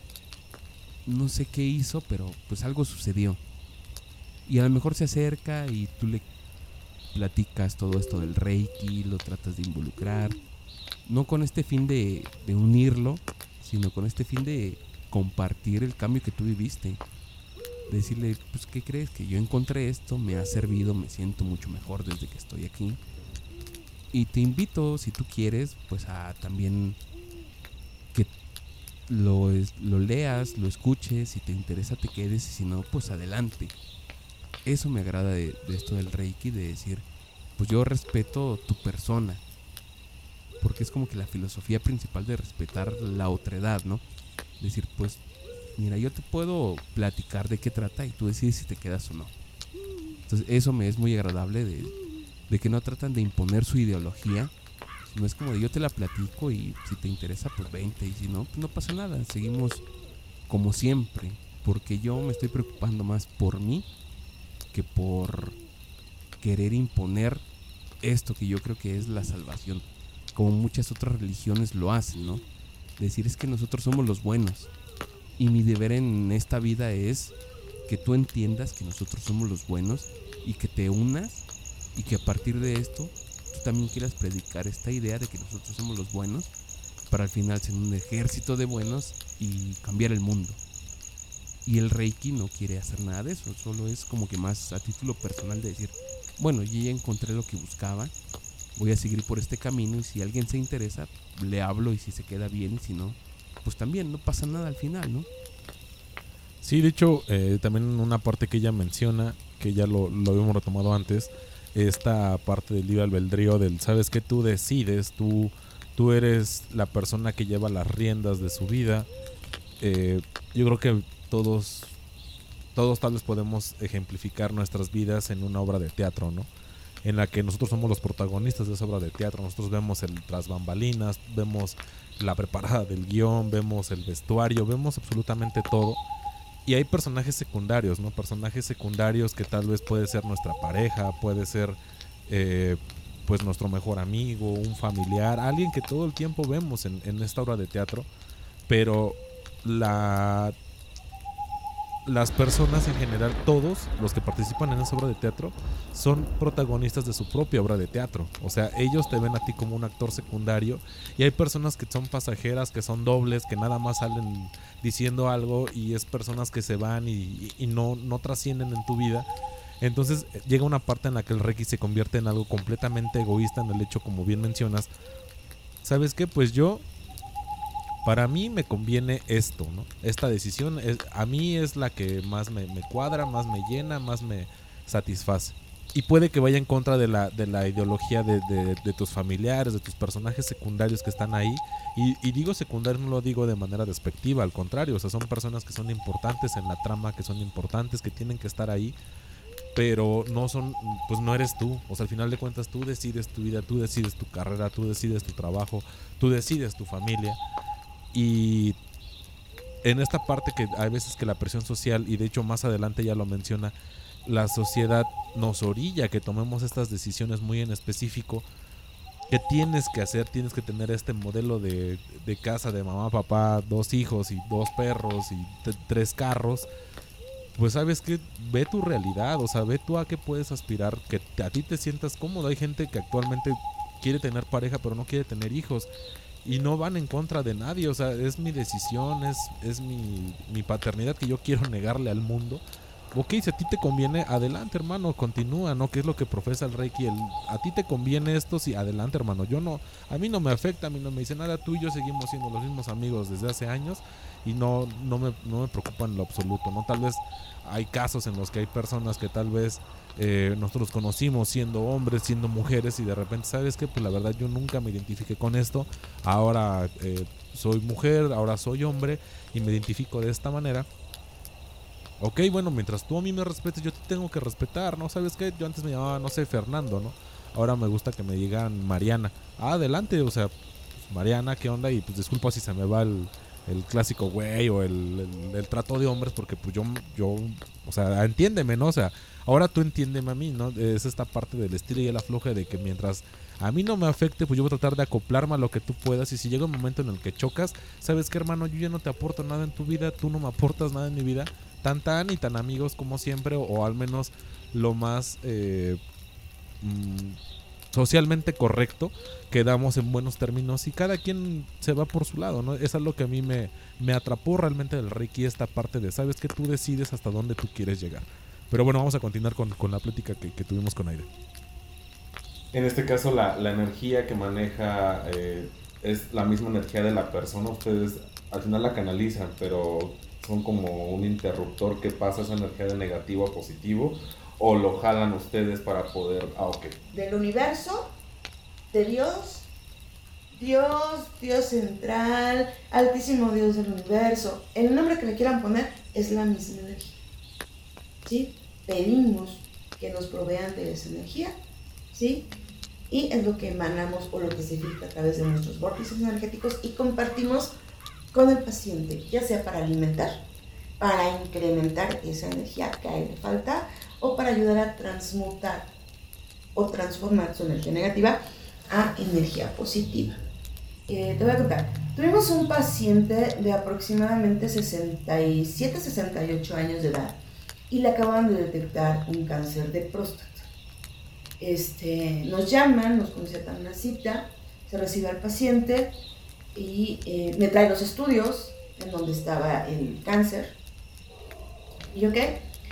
no sé qué hizo, pero pues algo sucedió. Y a lo mejor se acerca y tú le platicas todo esto del Reiki, lo tratas de involucrar, no con este fin de unirlo, sino con este fin de compartir el cambio que tú viviste. Decirle, pues, ¿qué crees? Que yo encontré esto, me ha servido, me siento mucho mejor desde que estoy aquí. Y te invito, si tú quieres, pues a también que lo leas, lo escuches, si te interesa te quedes y si no, pues adelante. Eso me agrada de esto del Reiki, de decir, pues yo respeto tu persona, porque es como que la filosofía principal de respetar la otredad, ¿no? Decir, pues, mira, yo te puedo platicar de qué trata y tú decides si te quedas o no. Entonces eso me es muy agradable de que no tratan de imponer su ideología. No es como de yo te la platico y si te interesa pues vente, y si no, pues no pasa nada, seguimos como siempre, porque yo me estoy preocupando más por mí que por querer imponer esto que yo creo que es la salvación, como muchas otras religiones lo hacen, ¿no? Decir, es que nosotros somos los buenos y mi deber en esta vida es que tú entiendas que nosotros somos los buenos y que te unas y que a partir de esto tú también quieras predicar esta idea de que nosotros somos los buenos para al final ser un ejército de buenos y cambiar el mundo. Y el Reiki no quiere hacer nada de eso, solo es como que más a título personal de decir, bueno, yo ya encontré lo que buscaba, voy a seguir por este camino y si alguien se interesa, le hablo y si se queda bien y si no, pues también no pasa nada al final, ¿no? Sí, de hecho, también una parte que ella menciona, que ya lo habíamos retomado antes, esta parte del libre albedrío, del sabes que tú decides, tú eres la persona que lleva las riendas de su vida. Yo creo que todos tal vez podemos ejemplificar nuestras vidas en una obra de teatro, ¿no? En la que nosotros somos los protagonistas de esa obra de teatro. Nosotros vemos el tras bambalinas, vemos la preparada del guión, vemos el vestuario, vemos absolutamente todo. Y hay personajes secundarios, ¿no? Personajes secundarios que tal vez puede ser nuestra pareja, puede ser pues nuestro mejor amigo, un familiar, alguien que todo el tiempo vemos en esta obra de teatro. Pero las personas en general, todos los que participan en esa obra de teatro son protagonistas de su propia obra de teatro. O sea, ellos te ven a ti como un actor secundario y hay personas que son pasajeras, que son dobles, que nada más salen diciendo algo y es personas que se van y no trascienden en tu vida. Entonces llega una parte en la que el Reiki se convierte en algo completamente egoísta, en el hecho, como bien mencionas, ¿sabes qué? Pues para mí me conviene esto, ¿no? Esta decisión a mí es la que más me cuadra, más me llena, más me satisface. Y puede que vaya en contra de la ideología de tus familiares, de tus personajes secundarios que están ahí. Y digo secundarios, no lo digo de manera despectiva, al contrario. O sea, son personas que son importantes en la trama, que son importantes, que tienen que estar ahí. Pero no son, pues no eres tú. O sea, al final de cuentas tú decides tu vida, tú decides tu carrera, tú decides tu trabajo, tú decides tu familia. Y en esta parte que hay veces que la presión social, y de hecho más adelante ya lo menciona, la sociedad nos orilla que tomemos estas decisiones muy en específico, que tienes que hacer, tienes que tener este modelo de casa de mamá, papá, 2 hijos y 2 perros y 3 carros. Pues sabes que ve tu realidad, o sea, ve tú a qué puedes aspirar, que a ti te sientas cómodo. Hay gente que actualmente quiere tener pareja pero no quiere tener hijos. Y no van en contra de nadie, o sea, es mi decisión, es mi paternidad que yo quiero negarle al mundo. Ok, si a ti te conviene, adelante, hermano, continúa, ¿no? Que es lo que profesa el Reiki, a ti te conviene esto, sí, adelante, hermano. A mí no me afecta, a mí no me dice nada, tú y yo seguimos siendo los mismos amigos desde hace años y no me preocupa en lo absoluto, ¿no? Tal vez hay casos en los que hay personas que tal vez nosotros conocimos siendo hombres, siendo mujeres, y de repente, ¿sabes qué? Pues la verdad yo nunca me identifiqué con esto, ahora soy mujer, ahora soy hombre y me identifico de esta manera. Ok, bueno, mientras tú a mí me respetes, yo te tengo que respetar, ¿no? ¿Sabes qué? Yo antes me llamaba, no sé, Fernando, ¿no? Ahora me gusta que me digan Mariana. Adelante, o sea, pues, Mariana, ¿qué onda? Y pues disculpa si se me va el clásico güey o el trato de hombres, porque pues yo, o sea, entiéndeme, ¿no? O sea, Ahora tú entiéndeme a mí, ¿no? Es esta parte del estilo y el afloje de que mientras a mí no me afecte, pues yo voy a tratar de acoplarme a lo que tú puedas. Y si llega un momento en el que chocas, ¿sabes qué, hermano? Yo ya no te aporto nada en tu vida, tú no me aportas nada en mi vida. Tan y tan amigos como siempre, o al menos lo más socialmente correcto, quedamos en buenos términos y cada quien se va por su lado, ¿no? Es algo que a mí me atrapó realmente del Reiki, esta parte de, sabes que tú decides hasta dónde tú quieres llegar. Pero bueno, vamos a continuar con la plática que tuvimos con Aire. En este caso, la energía que maneja es la misma energía de la persona. Ustedes al final la canalizan, pero son como un interruptor que pasa esa energía de negativo a positivo, o lo jalan ustedes para poder... ok. Del universo, de Dios central, altísimo Dios del universo, el nombre que le quieran poner es la misma energía, ¿sí? Pedimos que nos provean de esa energía, ¿sí? Y es lo que emanamos o lo que se filtra a través de nuestros vórtices energéticos y compartimos con el paciente, ya sea para alimentar, para incrementar esa energía que a él le falta, o para ayudar a transmutar o transformar su energía negativa a energía positiva. Te voy a contar. Tuvimos un paciente de aproximadamente 67-68 años de edad y le acaban de detectar un cáncer de próstata. Nos llaman, nos concertan una cita, se recibe al paciente y me trae los estudios en donde estaba el cáncer. ¿Y ok?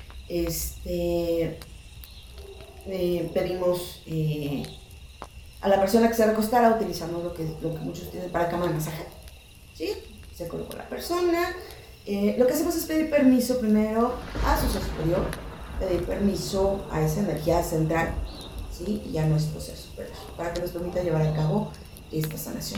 Pedimos a la persona que se recostara, utilizamos lo que muchos tienen para cama de masaje, ¿sí? Se colocó la persona. Lo que hacemos es pedir permiso primero a su ser superior, pedir permiso a esa energía central, ¿sí? Y a nuestro ser superior, para que nos permita llevar a cabo esta sanación.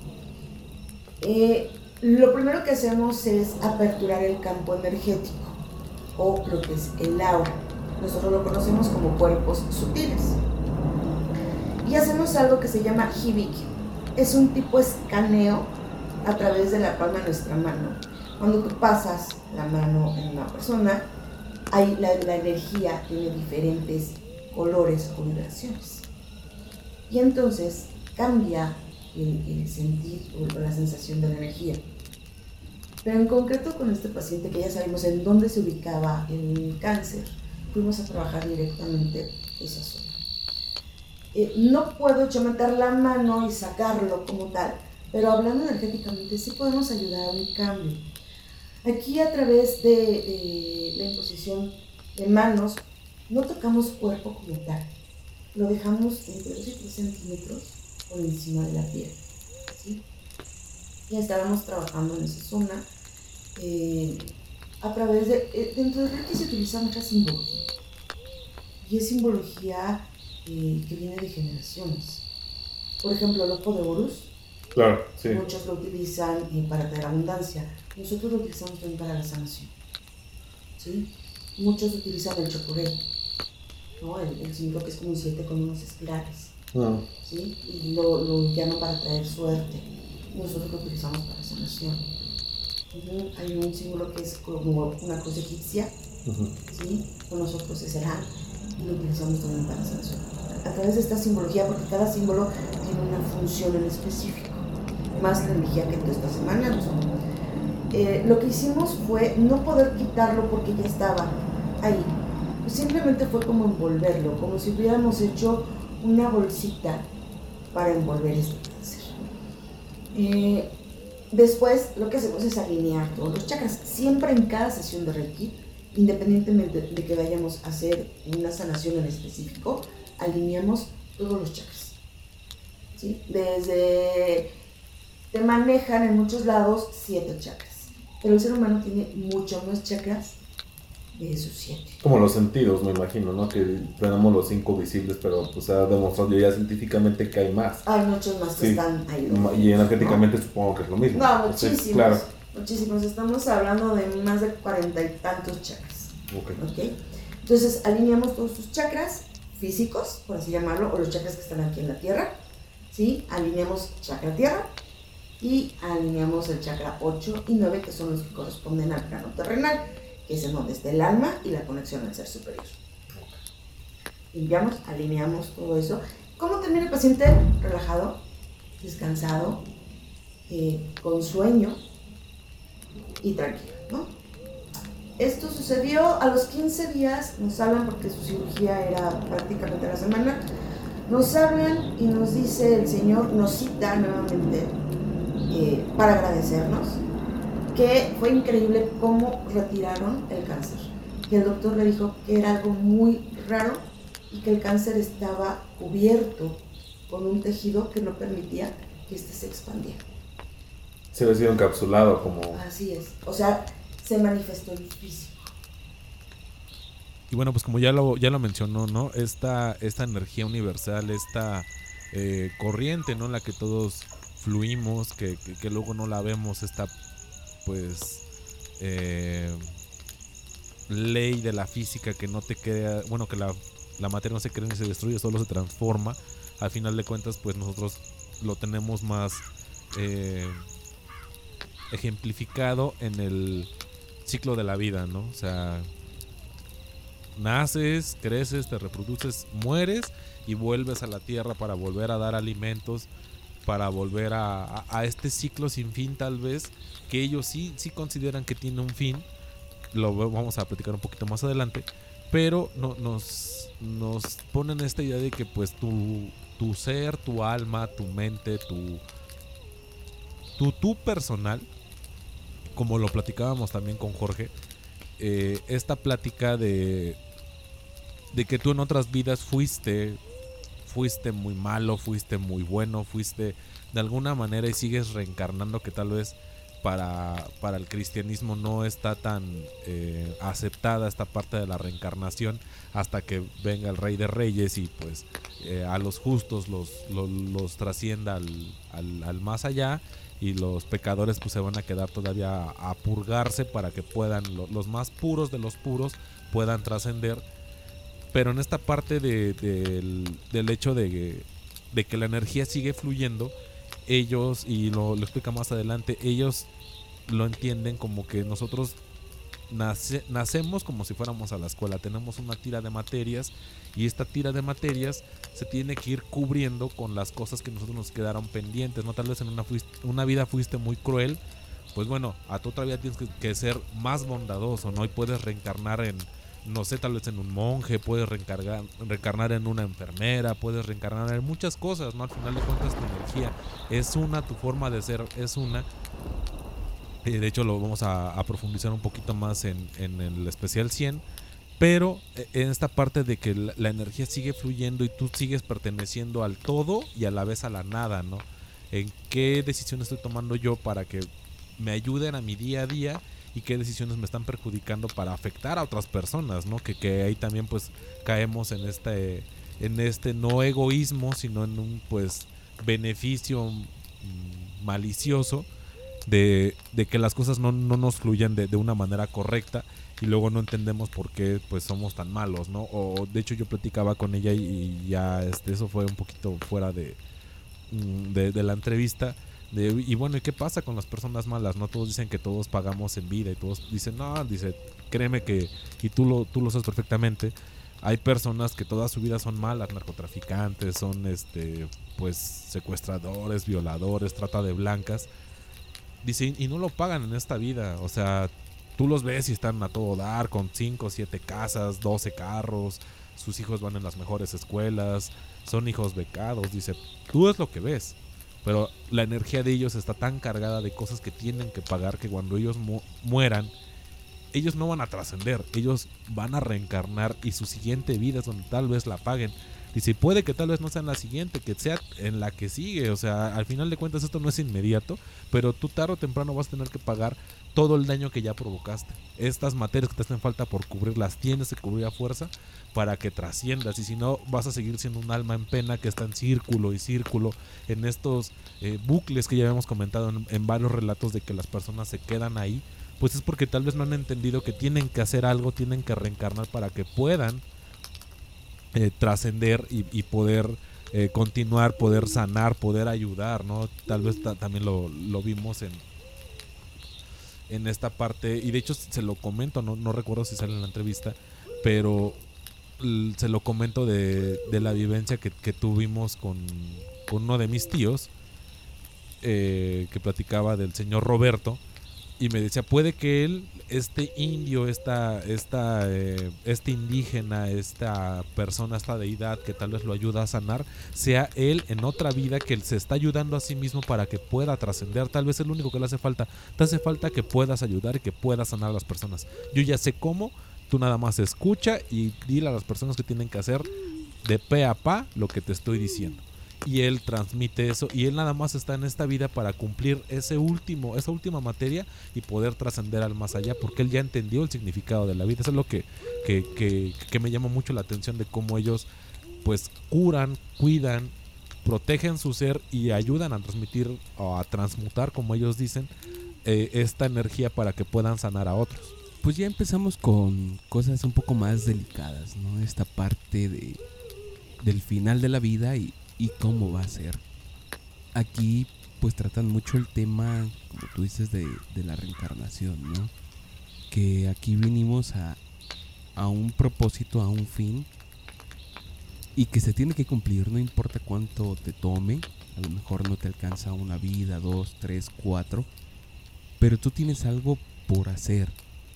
Lo primero que hacemos es aperturar el campo energético, o lo que es el aura. Nosotros lo conocemos como cuerpos sutiles. Y hacemos algo que se llama hibiki. Es un tipo de escaneo a través de la palma de nuestra mano. Cuando tú pasas la mano en una persona, la energía tiene diferentes colores o vibraciones. Y entonces cambia el sentir o la sensación de la energía. Pero en concreto con este paciente, que ya sabemos en dónde se ubicaba el cáncer, fuimos a trabajar directamente esa zona. No puedo yo meter la mano y sacarlo como tal, pero hablando energéticamente sí podemos ayudar a un cambio. Aquí, a través de la imposición de manos, no tocamos cuerpo como tal, lo dejamos entre 2 y 3 centímetros por encima de la piel, ¿sí? Y estábamos trabajando en esa zona a través de... dentro del Reiki se utiliza mucha simbología, y es simbología que viene de generaciones. Por ejemplo, el ojo de Horus, claro, sí. Muchos lo utilizan para traer abundancia. Nosotros lo utilizamos también para la sanación, ¿sí? Muchos utilizan el chocorrey, ¿no? El símbolo que es como un 7 con unos espirales, ¿sí? Y lo llaman para traer suerte. Nosotros lo utilizamos para sanación. Hay un símbolo que es como una cruz egipcia, ¿sí? Con nosotros es el ángel, y lo utilizamos también para sanación. A través de esta simbología, porque cada símbolo tiene una función en específico, más la energía que tú estás emanando. Lo que hicimos fue no poder quitarlo porque ya estaba ahí. Simplemente fue como envolverlo, como si hubiéramos hecho una bolsita para envolver este cáncer. Después lo que hacemos es alinear todos los chakras. Siempre en cada sesión de Reiki, independientemente de que vayamos a hacer una sanación en específico, alineamos todos los chakras, ¿sí? Te manejan en muchos lados 7 chakras, pero el ser humano tiene muchos más chakras de esos 7. Como los sentidos, me imagino, ¿no? Que tenemos los 5 visibles, pero pues se ha demostrado ya científicamente que hay más. Hay muchos más que están ahí. Y energéticamente, ¿no? Supongo que es lo mismo. No, muchísimos. Sí, claro. Muchísimos. Estamos hablando de más de 40 y tantos chakras. Okay. Entonces alineamos todos tus chakras físicos, por así llamarlo, o los chakras que están aquí en la tierra, ¿sí? Alineamos chakra tierra y alineamos el chakra 8 y 9, que son los que corresponden al plano terrenal, que es en donde está el alma y la conexión al ser superior. limpiamos, alineamos todo eso. ¿Cómo termina el paciente? Relajado, descansado, con sueño y tranquilo, ¿no? Esto sucedió a los 15 días, nos hablan porque su cirugía era prácticamente a la semana, nos hablan y nos dice el señor, nos cita nuevamente para agradecernos, que fue increíble cómo retiraron el cáncer. Que el doctor le dijo que era algo muy raro y que el cáncer estaba cubierto con un tejido que no permitía que este se expandiera. Se había sido encapsulado como... Así es, o sea, se manifestó el físico. Y bueno, pues como ya lo mencionó, ¿no? Esta energía universal, esta corriente, ¿no? En la que todos fluimos, que luego no la vemos, esta pues ley de la física que no te queda, bueno, que la materia no se crea ni se destruye, solo se transforma. Al final de cuentas, pues nosotros lo tenemos más ejemplificado en el ciclo de la vida, ¿no? O sea, naces, creces, te reproduces, mueres y vuelves a la tierra para volver a dar alimentos, para volver a este ciclo sin fin, tal vez, que ellos sí consideran que tiene un fin. Lo vamos a platicar un poquito más adelante, pero nos ponen esta idea de que pues tu ser, tu alma, tu mente, tu personal, como lo platicábamos también con Jorge, esta plática de que tú en otras vidas fuiste muy malo, fuiste muy bueno, fuiste de alguna manera y sigues reencarnando, que tal vez para el cristianismo no está tan aceptada esta parte de la reencarnación, hasta que venga el Rey de Reyes y pues a los justos los trascienda al más allá, y los pecadores pues se van a quedar todavía a purgarse para que puedan los más puros de los puros puedan trascender. Pero en esta parte del hecho de que la energía sigue fluyendo, ellos, y lo explica más adelante, ellos lo entienden como que nosotros nacemos como si fuéramos a la escuela, tenemos una tira de materias y esta tira de materias se tiene que ir cubriendo con las cosas que nosotros nos quedaron pendientes, ¿no? Tal vez en una vida fuiste muy cruel, pues bueno, a tu otra vida tienes que ser más bondadoso, ¿no? Y puedes reencarnar en, no sé, tal vez en un monje, puedes reencarnar en una enfermera, puedes reencarnar en muchas cosas, ¿no? Al final de cuentas tu energía es una, tu forma de ser es una. De hecho lo vamos a profundizar un poquito más en el especial 100, pero en esta parte de que la energía sigue fluyendo y tú sigues perteneciendo al todo y a la vez a la nada, ¿no? ¿En qué decisiones estoy tomando yo para que me ayuden a mi día a día? Y qué decisiones me están perjudicando para afectar a otras personas, ¿no? Que ahí también pues caemos en este no egoísmo, sino en un pues beneficio malicioso de que las cosas no nos fluyan de una manera correcta, y luego no entendemos por qué pues somos tan malos, ¿no? O de hecho yo platicaba con ella y ya eso fue un poquito fuera de la entrevista. Y bueno, ¿y qué pasa con las personas malas? No todos dicen que todos pagamos en vida, y todos dicen, no, dice, créeme que, y tú lo sabes perfectamente, hay personas que toda su vida son malas, narcotraficantes, son pues secuestradores, violadores, trata de blancas, dice, y no lo pagan en esta vida. O sea, tú los ves y están a todo dar, con 5, 7 casas, 12 carros, sus hijos van en las mejores escuelas, son hijos becados, dice, tú es lo que ves. Pero la energía de ellos está tan cargada de cosas que tienen que pagar, que cuando ellos mueran, ellos no van a trascender, ellos van a reencarnar, y su siguiente vida es donde tal vez la paguen. Dice, puede que tal vez no sea en la siguiente, que sea en la que sigue. O sea, al final de cuentas esto no es inmediato, pero tú tarde o temprano vas a tener que pagar todo el daño que ya provocaste. Estas materias que te hacen falta por cubrir, las tienes que cubrir a fuerza para que trasciendas, y si no vas a seguir siendo un alma en pena que está en círculo y círculo, en estos bucles que ya habíamos comentado en varios relatos, de que las personas se quedan ahí. Pues es porque tal vez no han entendido que tienen que hacer algo, tienen que reencarnar para que puedan trascender y poder continuar, poder sanar, poder ayudar, ¿no? Tal vez también lo vimos en esta parte, y de hecho se lo comento, no recuerdo si sale en la entrevista, pero se lo comento de la vivencia que tuvimos con uno de mis tíos, que platicaba del señor Roberto, y me decía, puede que él, este indio, este indígena, esta persona, esta deidad que tal vez lo ayuda a sanar, sea él en otra vida que él se está ayudando a sí mismo para que pueda trascender. Tal vez es lo único que le hace falta. Te hace falta que puedas ayudar y que puedas sanar a las personas. Yo ya sé cómo, tú nada más escucha y dile a las personas que tienen que hacer de pe a pa lo que te estoy diciendo. Y él transmite eso, y él nada más está en esta vida para cumplir esa última materia y poder trascender al más allá, porque él ya entendió el significado de la vida. Eso es lo que me llama mucho la atención, de cómo ellos pues curan, cuidan, protegen su ser y ayudan a transmitir o a transmutar, como ellos dicen, esta energía para que puedan sanar a otros. Pues ya empezamos con cosas un poco más delicadas, ¿no? Esta parte del final de la vida y cómo va a ser. Aquí pues tratan mucho el tema, como tú dices, de la reencarnación, ¿no? Que aquí vinimos a un propósito, a un fin, y que se tiene que cumplir, no importa cuánto te tome. A lo mejor no te alcanza una vida, 2, 3, 4, pero tú tienes algo por hacer,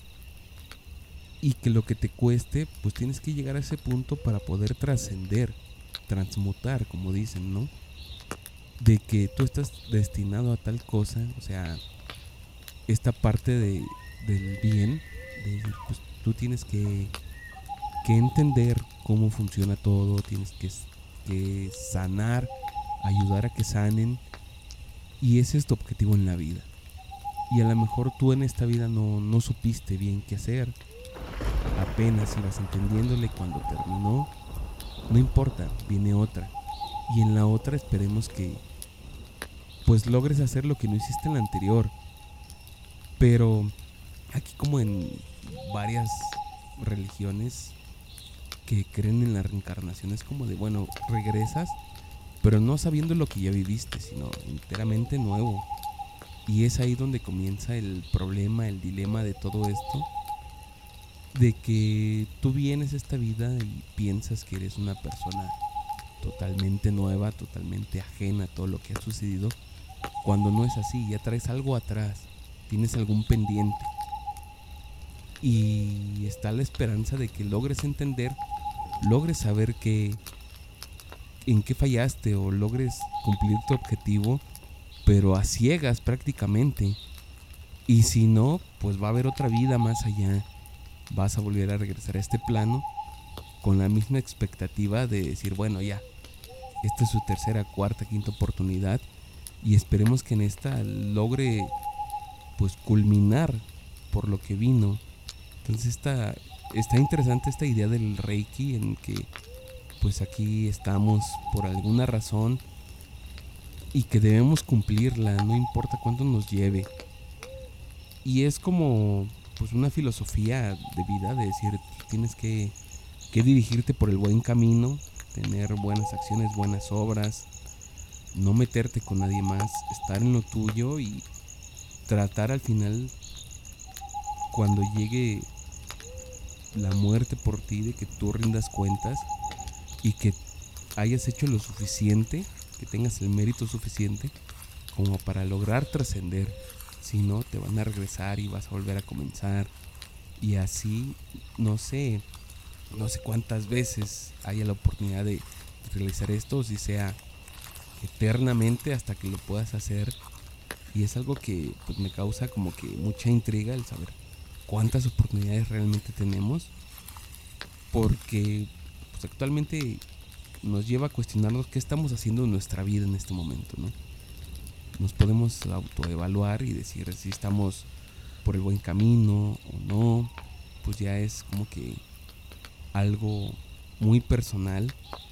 y que lo que te cueste, pues tienes que llegar a ese punto para poder trascender, transmutar, como dicen, ¿no? De que tú estás destinado a tal cosa, o sea, esta parte del bien, de decir, pues tú tienes que entender cómo funciona todo, tienes que sanar, ayudar a que sanen, y ese es tu objetivo en la vida. Y a lo mejor tú en esta vida no supiste bien qué hacer, apenas ibas entendiéndole. Cuando terminó, no importa, viene otra, y en la otra esperemos que pues logres hacer lo que no hiciste en la anterior. Pero aquí, como en varias religiones que creen en la reencarnación, es como de, bueno, regresas, pero no sabiendo lo que ya viviste, sino enteramente nuevo. Y es ahí donde comienza el problema, el dilema de todo esto, de que tú vienes a esta vida y piensas que eres una persona totalmente nueva, totalmente ajena a todo lo que ha sucedido, cuando no es así. Ya traes algo atrás, tienes algún pendiente, y está la esperanza de que logres entender, logres saber en qué fallaste, o logres cumplir tu objetivo, pero a ciegas prácticamente. Y si no, pues va a haber otra vida más allá. Vas a volver a regresar a este plano con la misma expectativa de decir, bueno, ya, esta es su tercera, cuarta, quinta oportunidad, y esperemos que en esta logre pues culminar por lo que vino. Entonces está interesante esta idea del Reiki, en que pues aquí estamos por alguna razón y que debemos cumplirla, no importa cuánto nos lleve. Y es como pues una filosofía de vida, de decir, tienes que dirigirte por el buen camino, tener buenas acciones, buenas obras, no meterte con nadie más, estar en lo tuyo y tratar al final, cuando llegue la muerte por ti, de que tú rindas cuentas y que hayas hecho lo suficiente, que tengas el mérito suficiente como para lograr trascender. Si no, te van a regresar y vas a volver a comenzar, y así no sé cuántas veces haya la oportunidad de realizar esto, o si sea eternamente hasta que lo puedas hacer. Y es algo que pues me causa como que mucha intriga, el saber cuántas oportunidades realmente tenemos, porque pues actualmente nos lleva a cuestionarnos qué estamos haciendo en nuestra vida en este momento, ¿no? Nos podemos autoevaluar y decir si estamos por el buen camino o no. Pues ya es como que algo muy personal.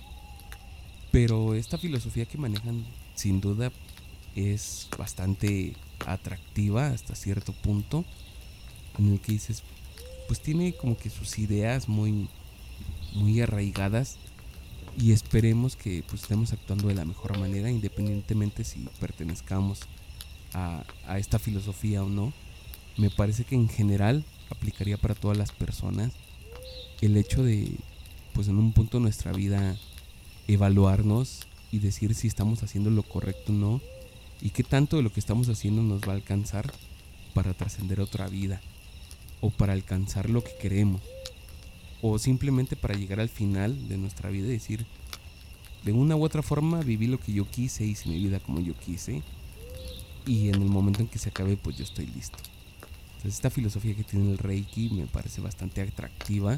Pero esta filosofía que manejan, sin duda, es bastante atractiva hasta cierto punto, en el que dices, pues tiene como que sus ideas muy, muy arraigadas, y esperemos que pues estemos actuando de la mejor manera, independientemente si pertenezcamos a esta filosofía o no. Me parece que en general aplicaría para todas las personas el hecho de pues en un punto de nuestra vida evaluarnos y decir si estamos haciendo lo correcto o no, y qué tanto de lo que estamos haciendo nos va a alcanzar para trascender otra vida, o para alcanzar lo que queremos, o simplemente para llegar al final de nuestra vida y decir, de una u otra forma viví lo que yo quise, hice mi vida como yo quise, y en el momento en que se acabe, pues yo estoy listo. Entonces, esta filosofía que tiene el Reiki me parece bastante atractiva,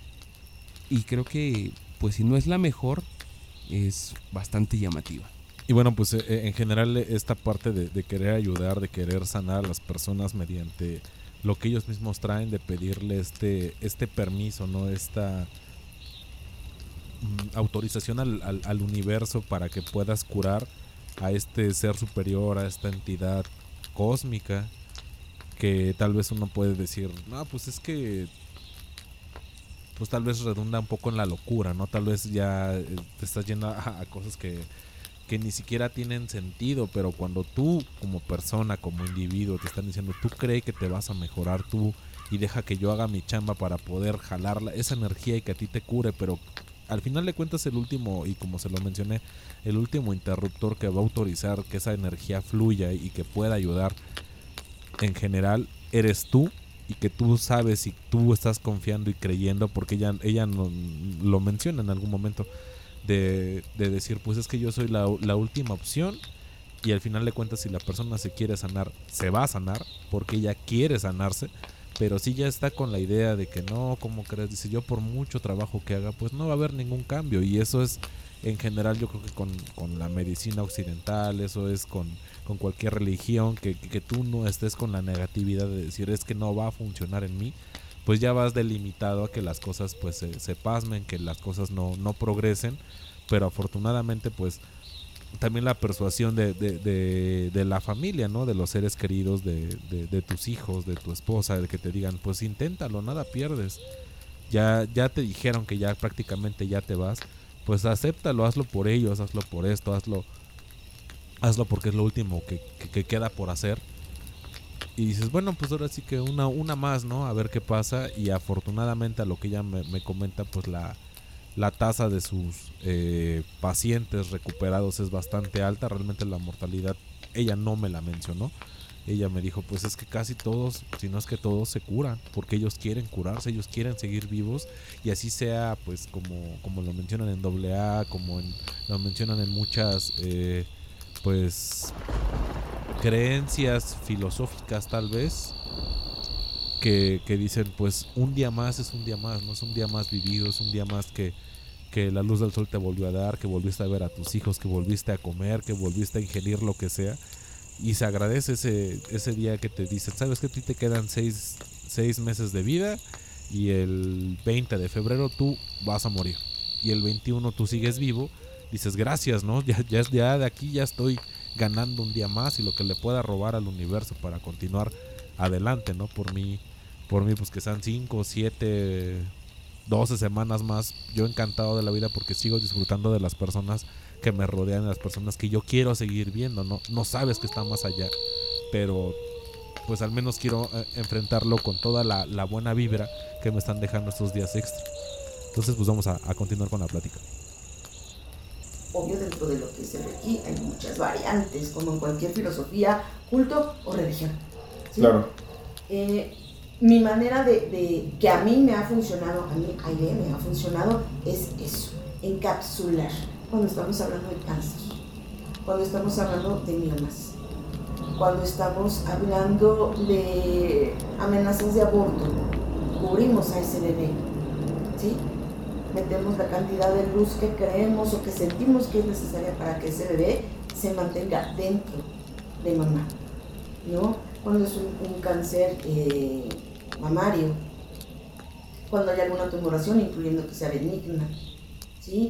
y creo que, pues si no es la mejor, es bastante llamativa. Y bueno, pues en general esta parte de querer ayudar, de querer sanar a las personas mediante lo que ellos mismos traen, de pedirle este permiso, ¿no? Esta autorización al universo para que puedas curar a este ser superior, a esta entidad cósmica, que tal vez uno puede decir, no, pues es que pues tal vez redunda un poco en la locura, ¿no? Tal vez ya te estás yendo a cosas que ni siquiera tienen sentido, pero cuando tú como persona, como individuo te están diciendo, tú crees que te vas a mejorar tú y deja que yo haga mi chamba para poder jalar esa energía y que a ti te cure, pero al final de cuentas el último, y como se lo mencioné, el último interruptor que va a autorizar que esa energía fluya y que pueda ayudar en general eres tú, y que tú sabes si tú estás confiando y creyendo, porque ella no, lo menciona en algún momento, de decir, pues es que yo soy la última opción, y al final de cuentas si la persona se quiere sanar, se va a sanar porque ella quiere sanarse, pero si ya está con la idea de que no, ¿cómo crees? Dice, yo por mucho trabajo que haga, pues no va a haber ningún cambio, y eso es en general, yo creo que con la medicina occidental, eso es con cualquier religión, que tú no estés con la negatividad de decir, es que no va a funcionar en mí, pues ya vas delimitado a que las cosas pues se pasmen, que las cosas no progresen, pero afortunadamente pues también la persuasión de la familia, ¿no? De los seres queridos, de tus hijos, de tu esposa, de que te digan, pues inténtalo, nada pierdes, ya te dijeron que ya prácticamente ya te vas, pues acéptalo, hazlo por ellos, hazlo por esto, hazlo porque es lo último que queda por hacer. Y dices, bueno, pues ahora sí que una más, ¿no? A ver qué pasa. Y afortunadamente, a lo que ella me comenta, pues la tasa de sus pacientes recuperados es bastante alta. Realmente la mortalidad, ella no me la mencionó. Ella me dijo, pues es que casi todos, si no es que todos, se curan, porque ellos quieren curarse, ellos quieren seguir vivos, y así sea, pues como lo mencionan en AA, lo mencionan en muchas pues creencias filosóficas tal vez, que dicen, pues un día más es un día más, no es un día más vivido, es un día más que la luz del sol te volvió a dar, que volviste a ver a tus hijos, que volviste a comer, que volviste a ingerir lo que sea, y se agradece ese día que te dicen, sabes que a ti te quedan 6 meses de vida, y el 20 de febrero tú vas a morir, y el 21 tú sigues vivo. Dices, gracias, ¿no? Ya de aquí ya estoy ganando un día más, y lo que le pueda robar al universo para continuar adelante, ¿no? Por mí pues que sean 5, 7, 12 semanas más, yo encantado de la vida, porque sigo disfrutando de las personas que me rodean, de las personas que yo quiero seguir viendo, no sabes que está más allá, pero pues al menos quiero enfrentarlo con toda la buena vibra que me están dejando estos días extra. Entonces pues vamos a continuar con la plática. Obvio, dentro de lo que es el Reiki hay muchas variantes, como en cualquier filosofía, culto o religión, ¿sí? Claro. Mi manera de que a mí me ha funcionado, Aide me ha funcionado, es eso, encapsular. Cuando estamos hablando de cáncer, cuando estamos hablando de miomas, cuando estamos hablando de amenazas de aborto, cubrimos a ese bebé, ¿sí? Metemos la cantidad de luz que creemos o que sentimos que es necesaria para que ese bebé se mantenga dentro de mamá, ¿no? Cuando es un cáncer mamario, cuando hay alguna tumoración, incluyendo que sea benigna, ¿sí?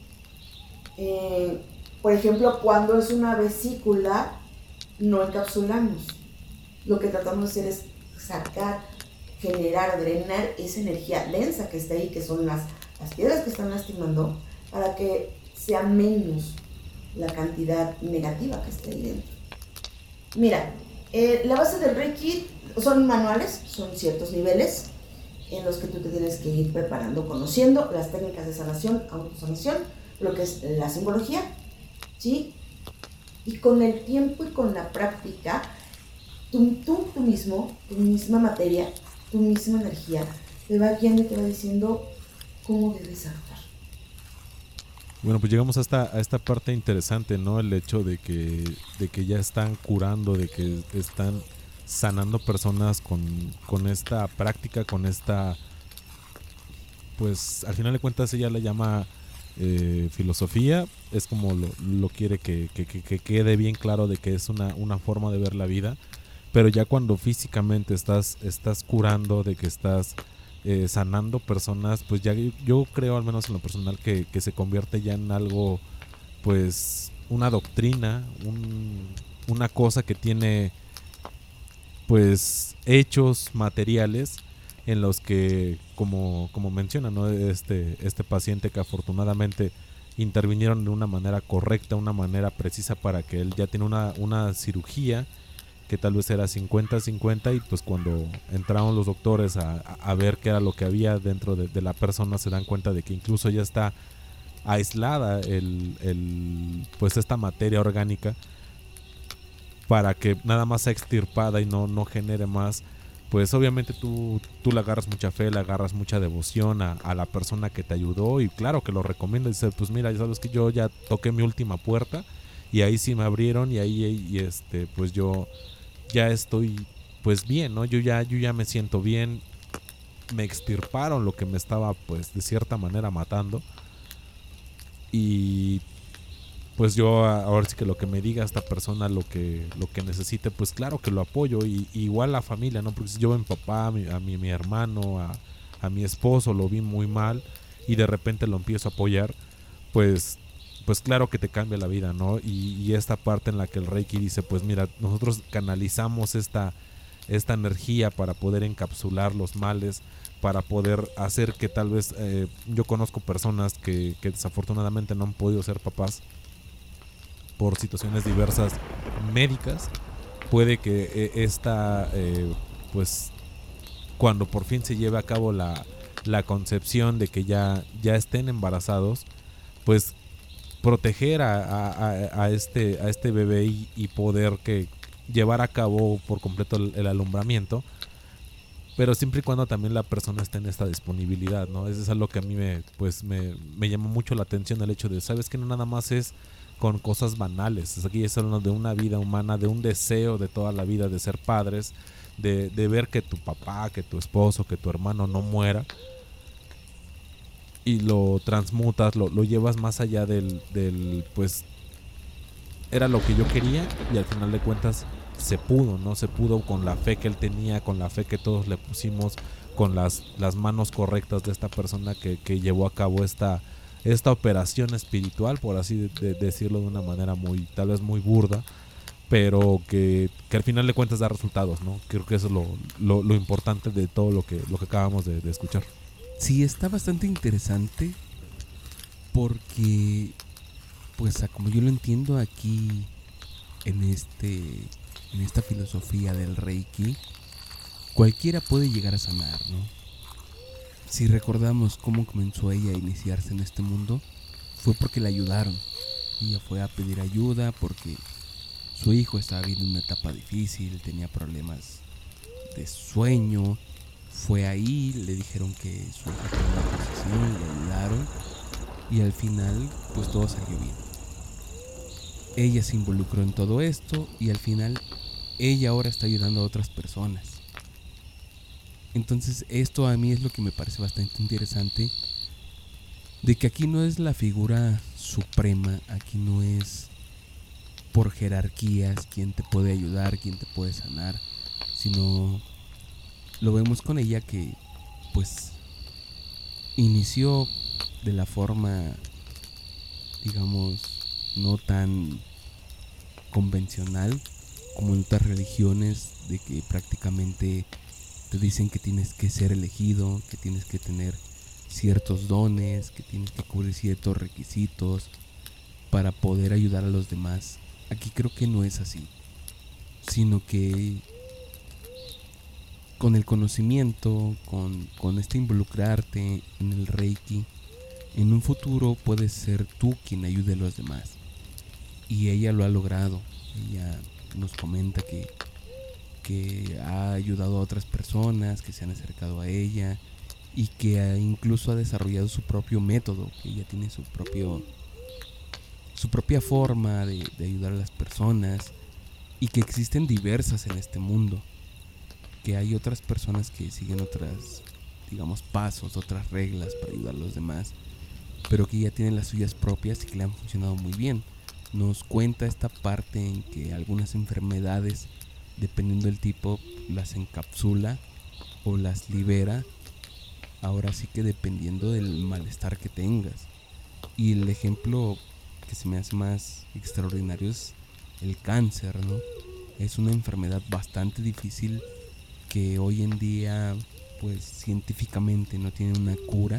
Por ejemplo, cuando es una vesícula, no encapsulamos. Lo que tratamos de hacer es sacar, generar, drenar esa energía densa que está ahí, que son las piedras que están lastimando, para que sea menos la cantidad negativa que está ahí dentro. Mira, la base del Reiki son manuales, son ciertos niveles, en los que tú te tienes que ir preparando, conociendo las técnicas de sanación, autosanación, lo que es la simbología, ¿sí? Y con el tiempo y con la práctica, tú mismo, tu misma materia, tu misma energía, te va guiando y te va diciendo cómo debes actuar. Bueno, pues llegamos a esta parte interesante, ¿no? El hecho de que ya están curando, de que están sanando personas con esta práctica, con esta, pues al final de cuentas ella la llama filosofía, es como lo quiere que quede bien claro de que es una forma de ver la vida, pero ya cuando físicamente estás curando, de que estás sanando personas, pues ya yo creo, al menos en lo personal, que se convierte ya en algo, pues una doctrina, una cosa que tiene pues hechos materiales en los que, como menciona, ¿no? Este paciente, que afortunadamente intervinieron de una manera correcta, una manera precisa, para que él ya tiene una cirugía que tal vez era 50-50, y pues cuando entraron los doctores a ver qué era lo que había dentro de la persona, se dan cuenta de que incluso ya está aislada pues esta materia orgánica, para que nada más sea extirpada y no genere más. Pues obviamente tú le agarras mucha fe, le agarras mucha devoción a la persona que te ayudó, y claro que lo recomiendas. Dices, pues mira, ya sabes que yo ya toqué mi última puerta y ahí sí me abrieron, y ahí pues yo ya estoy pues bien, ¿no? Yo ya me siento bien, me extirparon lo que me estaba pues de cierta manera matando, y pues yo ahora sí que lo que me diga esta persona, lo que necesite, pues claro que lo apoyo. Y igual la familia, ¿no? Porque si yo a mi papá, a mi hermano, a mi esposo lo vi muy mal y de repente lo empiezo a apoyar, pues claro que te cambia la vida, ¿no? Y esta parte en la que el Reiki dice, pues mira, nosotros canalizamos esta energía para poder encapsular los males, para poder hacer que tal vez, yo conozco personas que desafortunadamente no han podido ser papás por situaciones diversas médicas. Puede que pues cuando por fin se lleve a cabo la concepción de que ya estén embarazados, pues proteger a este bebé y poder que llevar a cabo por completo el alumbramiento, pero siempre y cuando también la persona esté en esta disponibilidad, ¿no? Eso es algo que a mí me llamó mucho la atención, el hecho de, sabes que no nada más es con cosas banales, aquí es hablando de una vida humana, de un deseo de toda la vida de ser padres, de ver que tu papá, que tu esposo, que tu hermano no muera, y lo transmutas, lo llevas más allá del pues era lo que yo quería, y al final de cuentas se pudo, ¿no? Se pudo con la fe que él tenía, con la fe que todos le pusimos, con las manos correctas de esta persona que llevó a cabo esta operación espiritual, por así decirlo de una manera muy, tal vez muy burda, pero que al final de cuentas da resultados, ¿no? Creo que eso es lo importante de todo lo que acabamos de escuchar. Sí, está bastante interesante porque, pues como yo lo entiendo aquí en esta filosofía del Reiki, cualquiera puede llegar a sanar, ¿no? Si recordamos cómo comenzó ella a iniciarse en este mundo, fue porque la ayudaron. Ella fue a pedir ayuda porque su hijo estaba viviendo una etapa difícil, tenía problemas de sueño. Fue ahí, le dijeron que su hijo tenía una posesión, le ayudaron y al final pues todo salió bien. Ella se involucró en todo esto y al final ella ahora está ayudando a otras personas. Entonces esto a mí es lo que me parece bastante interesante, de que aquí no es la figura suprema, aquí no es por jerarquías quién te puede ayudar, quién te puede sanar, sino lo vemos con ella que pues inició de la forma, digamos, no tan convencional como en otras religiones, de que prácticamente te dicen que tienes que ser elegido, que tienes que tener ciertos dones, que tienes que cubrir ciertos requisitos para poder ayudar a los demás. Aquí creo que no es así, sino que con el conocimiento, con este involucrarte en el Reiki, en un futuro puedes ser tú quien ayude a los demás. Y ella lo ha logrado. Ella nos comenta que ha ayudado a otras personas que se han acercado a ella y que incluso ha desarrollado su propio método, que ella tiene su propia forma de ayudar a las personas, y que existen diversas en este mundo, que hay otras personas que siguen otras, digamos, pasos, otras reglas para ayudar a los demás, pero que ya tienen las suyas propias y que le han funcionado muy bien. Nos cuenta esta parte en que algunas enfermedades, dependiendo del tipo, las encapsula o las libera, ahora sí que dependiendo del malestar que tengas. Y el ejemplo que se me hace más extraordinario es el cáncer, ¿no? Es una enfermedad bastante difícil que hoy en día, pues científicamente no tiene una cura,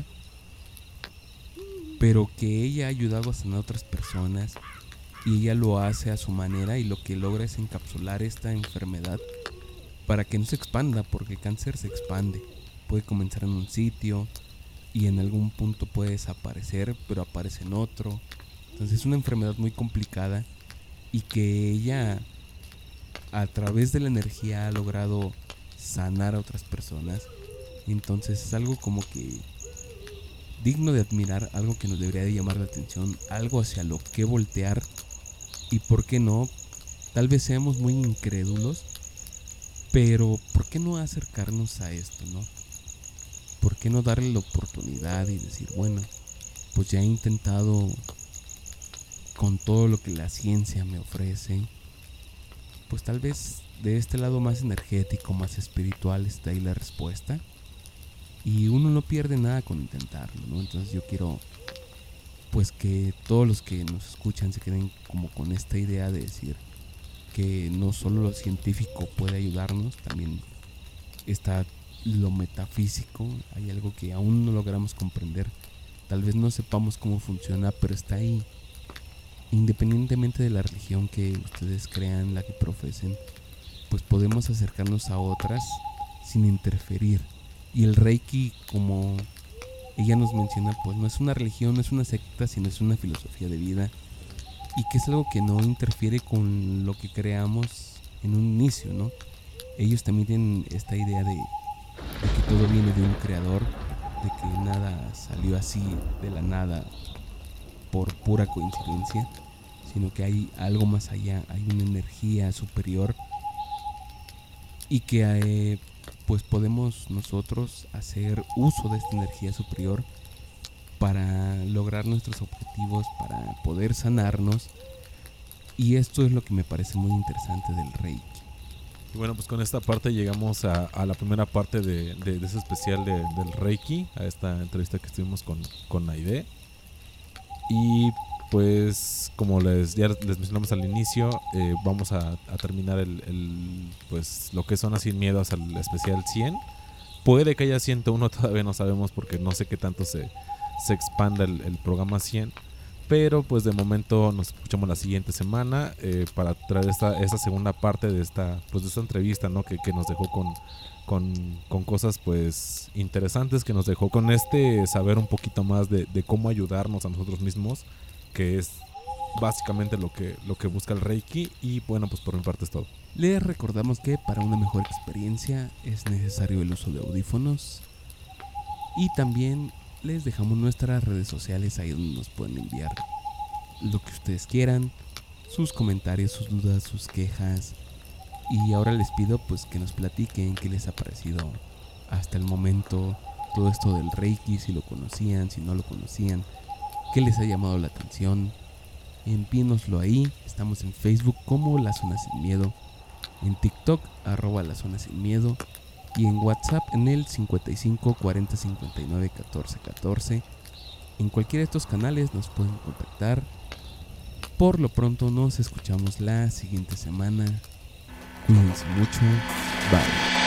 pero que ella ha ayudado a sanar a otras personas, y ella lo hace a su manera, y lo que logra es encapsular esta enfermedad para que no se expanda, porque el cáncer se expande. Puede comenzar en un sitio y en algún punto puede desaparecer, pero aparece en otro. Entonces es una enfermedad muy complicada, y que ella, a través de la energía, ha logrado sanar a otras personas. Entonces es algo como que digno de admirar, algo que nos debería de llamar la atención, algo hacia lo que voltear. Y por qué no, tal vez seamos muy incrédulos, pero ¿por qué no acercarnos a esto, no? ¿Por qué no darle la oportunidad y decir, bueno, pues ya he intentado con todo lo que la ciencia me ofrece, pues tal vez de este lado más energético, más espiritual, está ahí la respuesta, y uno no pierde nada con intentarlo, ¿no? Entonces yo quiero pues que todos los que nos escuchan se queden como con esta idea de decir que no solo lo científico puede ayudarnos, también está lo metafísico. Hay algo que aún no logramos comprender, tal vez no sepamos cómo funciona, pero está ahí. Independientemente de la religión que ustedes crean, la que profesen, pues podemos acercarnos a otras sin interferir. Y el Reiki, como ella nos menciona, pues no es una religión, no es una secta, sino es una filosofía de vida, y que es algo que no interfiere con lo que creamos en un inicio, ¿no? Ellos también tienen esta idea de que todo viene de un creador, de que nada salió así de la nada por pura coincidencia, sino que hay algo más allá, hay una energía superior, y que pues podemos nosotros hacer uso de esta energía superior para lograr nuestros objetivos, para poder sanarnos. Y esto es lo que me parece muy interesante del Reiki. Y bueno, pues con esta parte llegamos a la primera parte de ese especial del Reiki, a esta entrevista que estuvimos con Naide. Y pues como les mencionamos al inicio, vamos a terminar pues lo que son así miedos al especial 100. Puede que haya 101, todavía no sabemos, porque no sé qué tanto se expanda el programa 100. Pero pues de momento nos escuchamos la siguiente semana para traer esta segunda parte de esta entrevista, ¿no? que nos dejó con cosas pues interesantes, que nos dejó con saber un poquito más de cómo ayudarnos a nosotros mismos, que es básicamente lo que busca el Reiki. Y bueno, pues por mi parte es todo. Les recordamos que para una mejor experiencia es necesario el uso de audífonos, y también les dejamos nuestras redes sociales, ahí donde nos pueden enviar lo que ustedes quieran, sus comentarios, sus dudas, sus quejas. Y ahora les pido pues que nos platiquen qué les ha parecido hasta el momento todo esto del Reiki, si lo conocían, si no lo conocían, qué les ha llamado la atención. Envíenoslo ahí. Estamos en Facebook como La Zona Sin Miedo, en TikTok @La Zona Sin Miedo, y en WhatsApp en el 55 40 59 14 14. En cualquiera de estos canales nos pueden contactar. Por lo pronto nos escuchamos la siguiente semana. Cuídense mucho. Bye.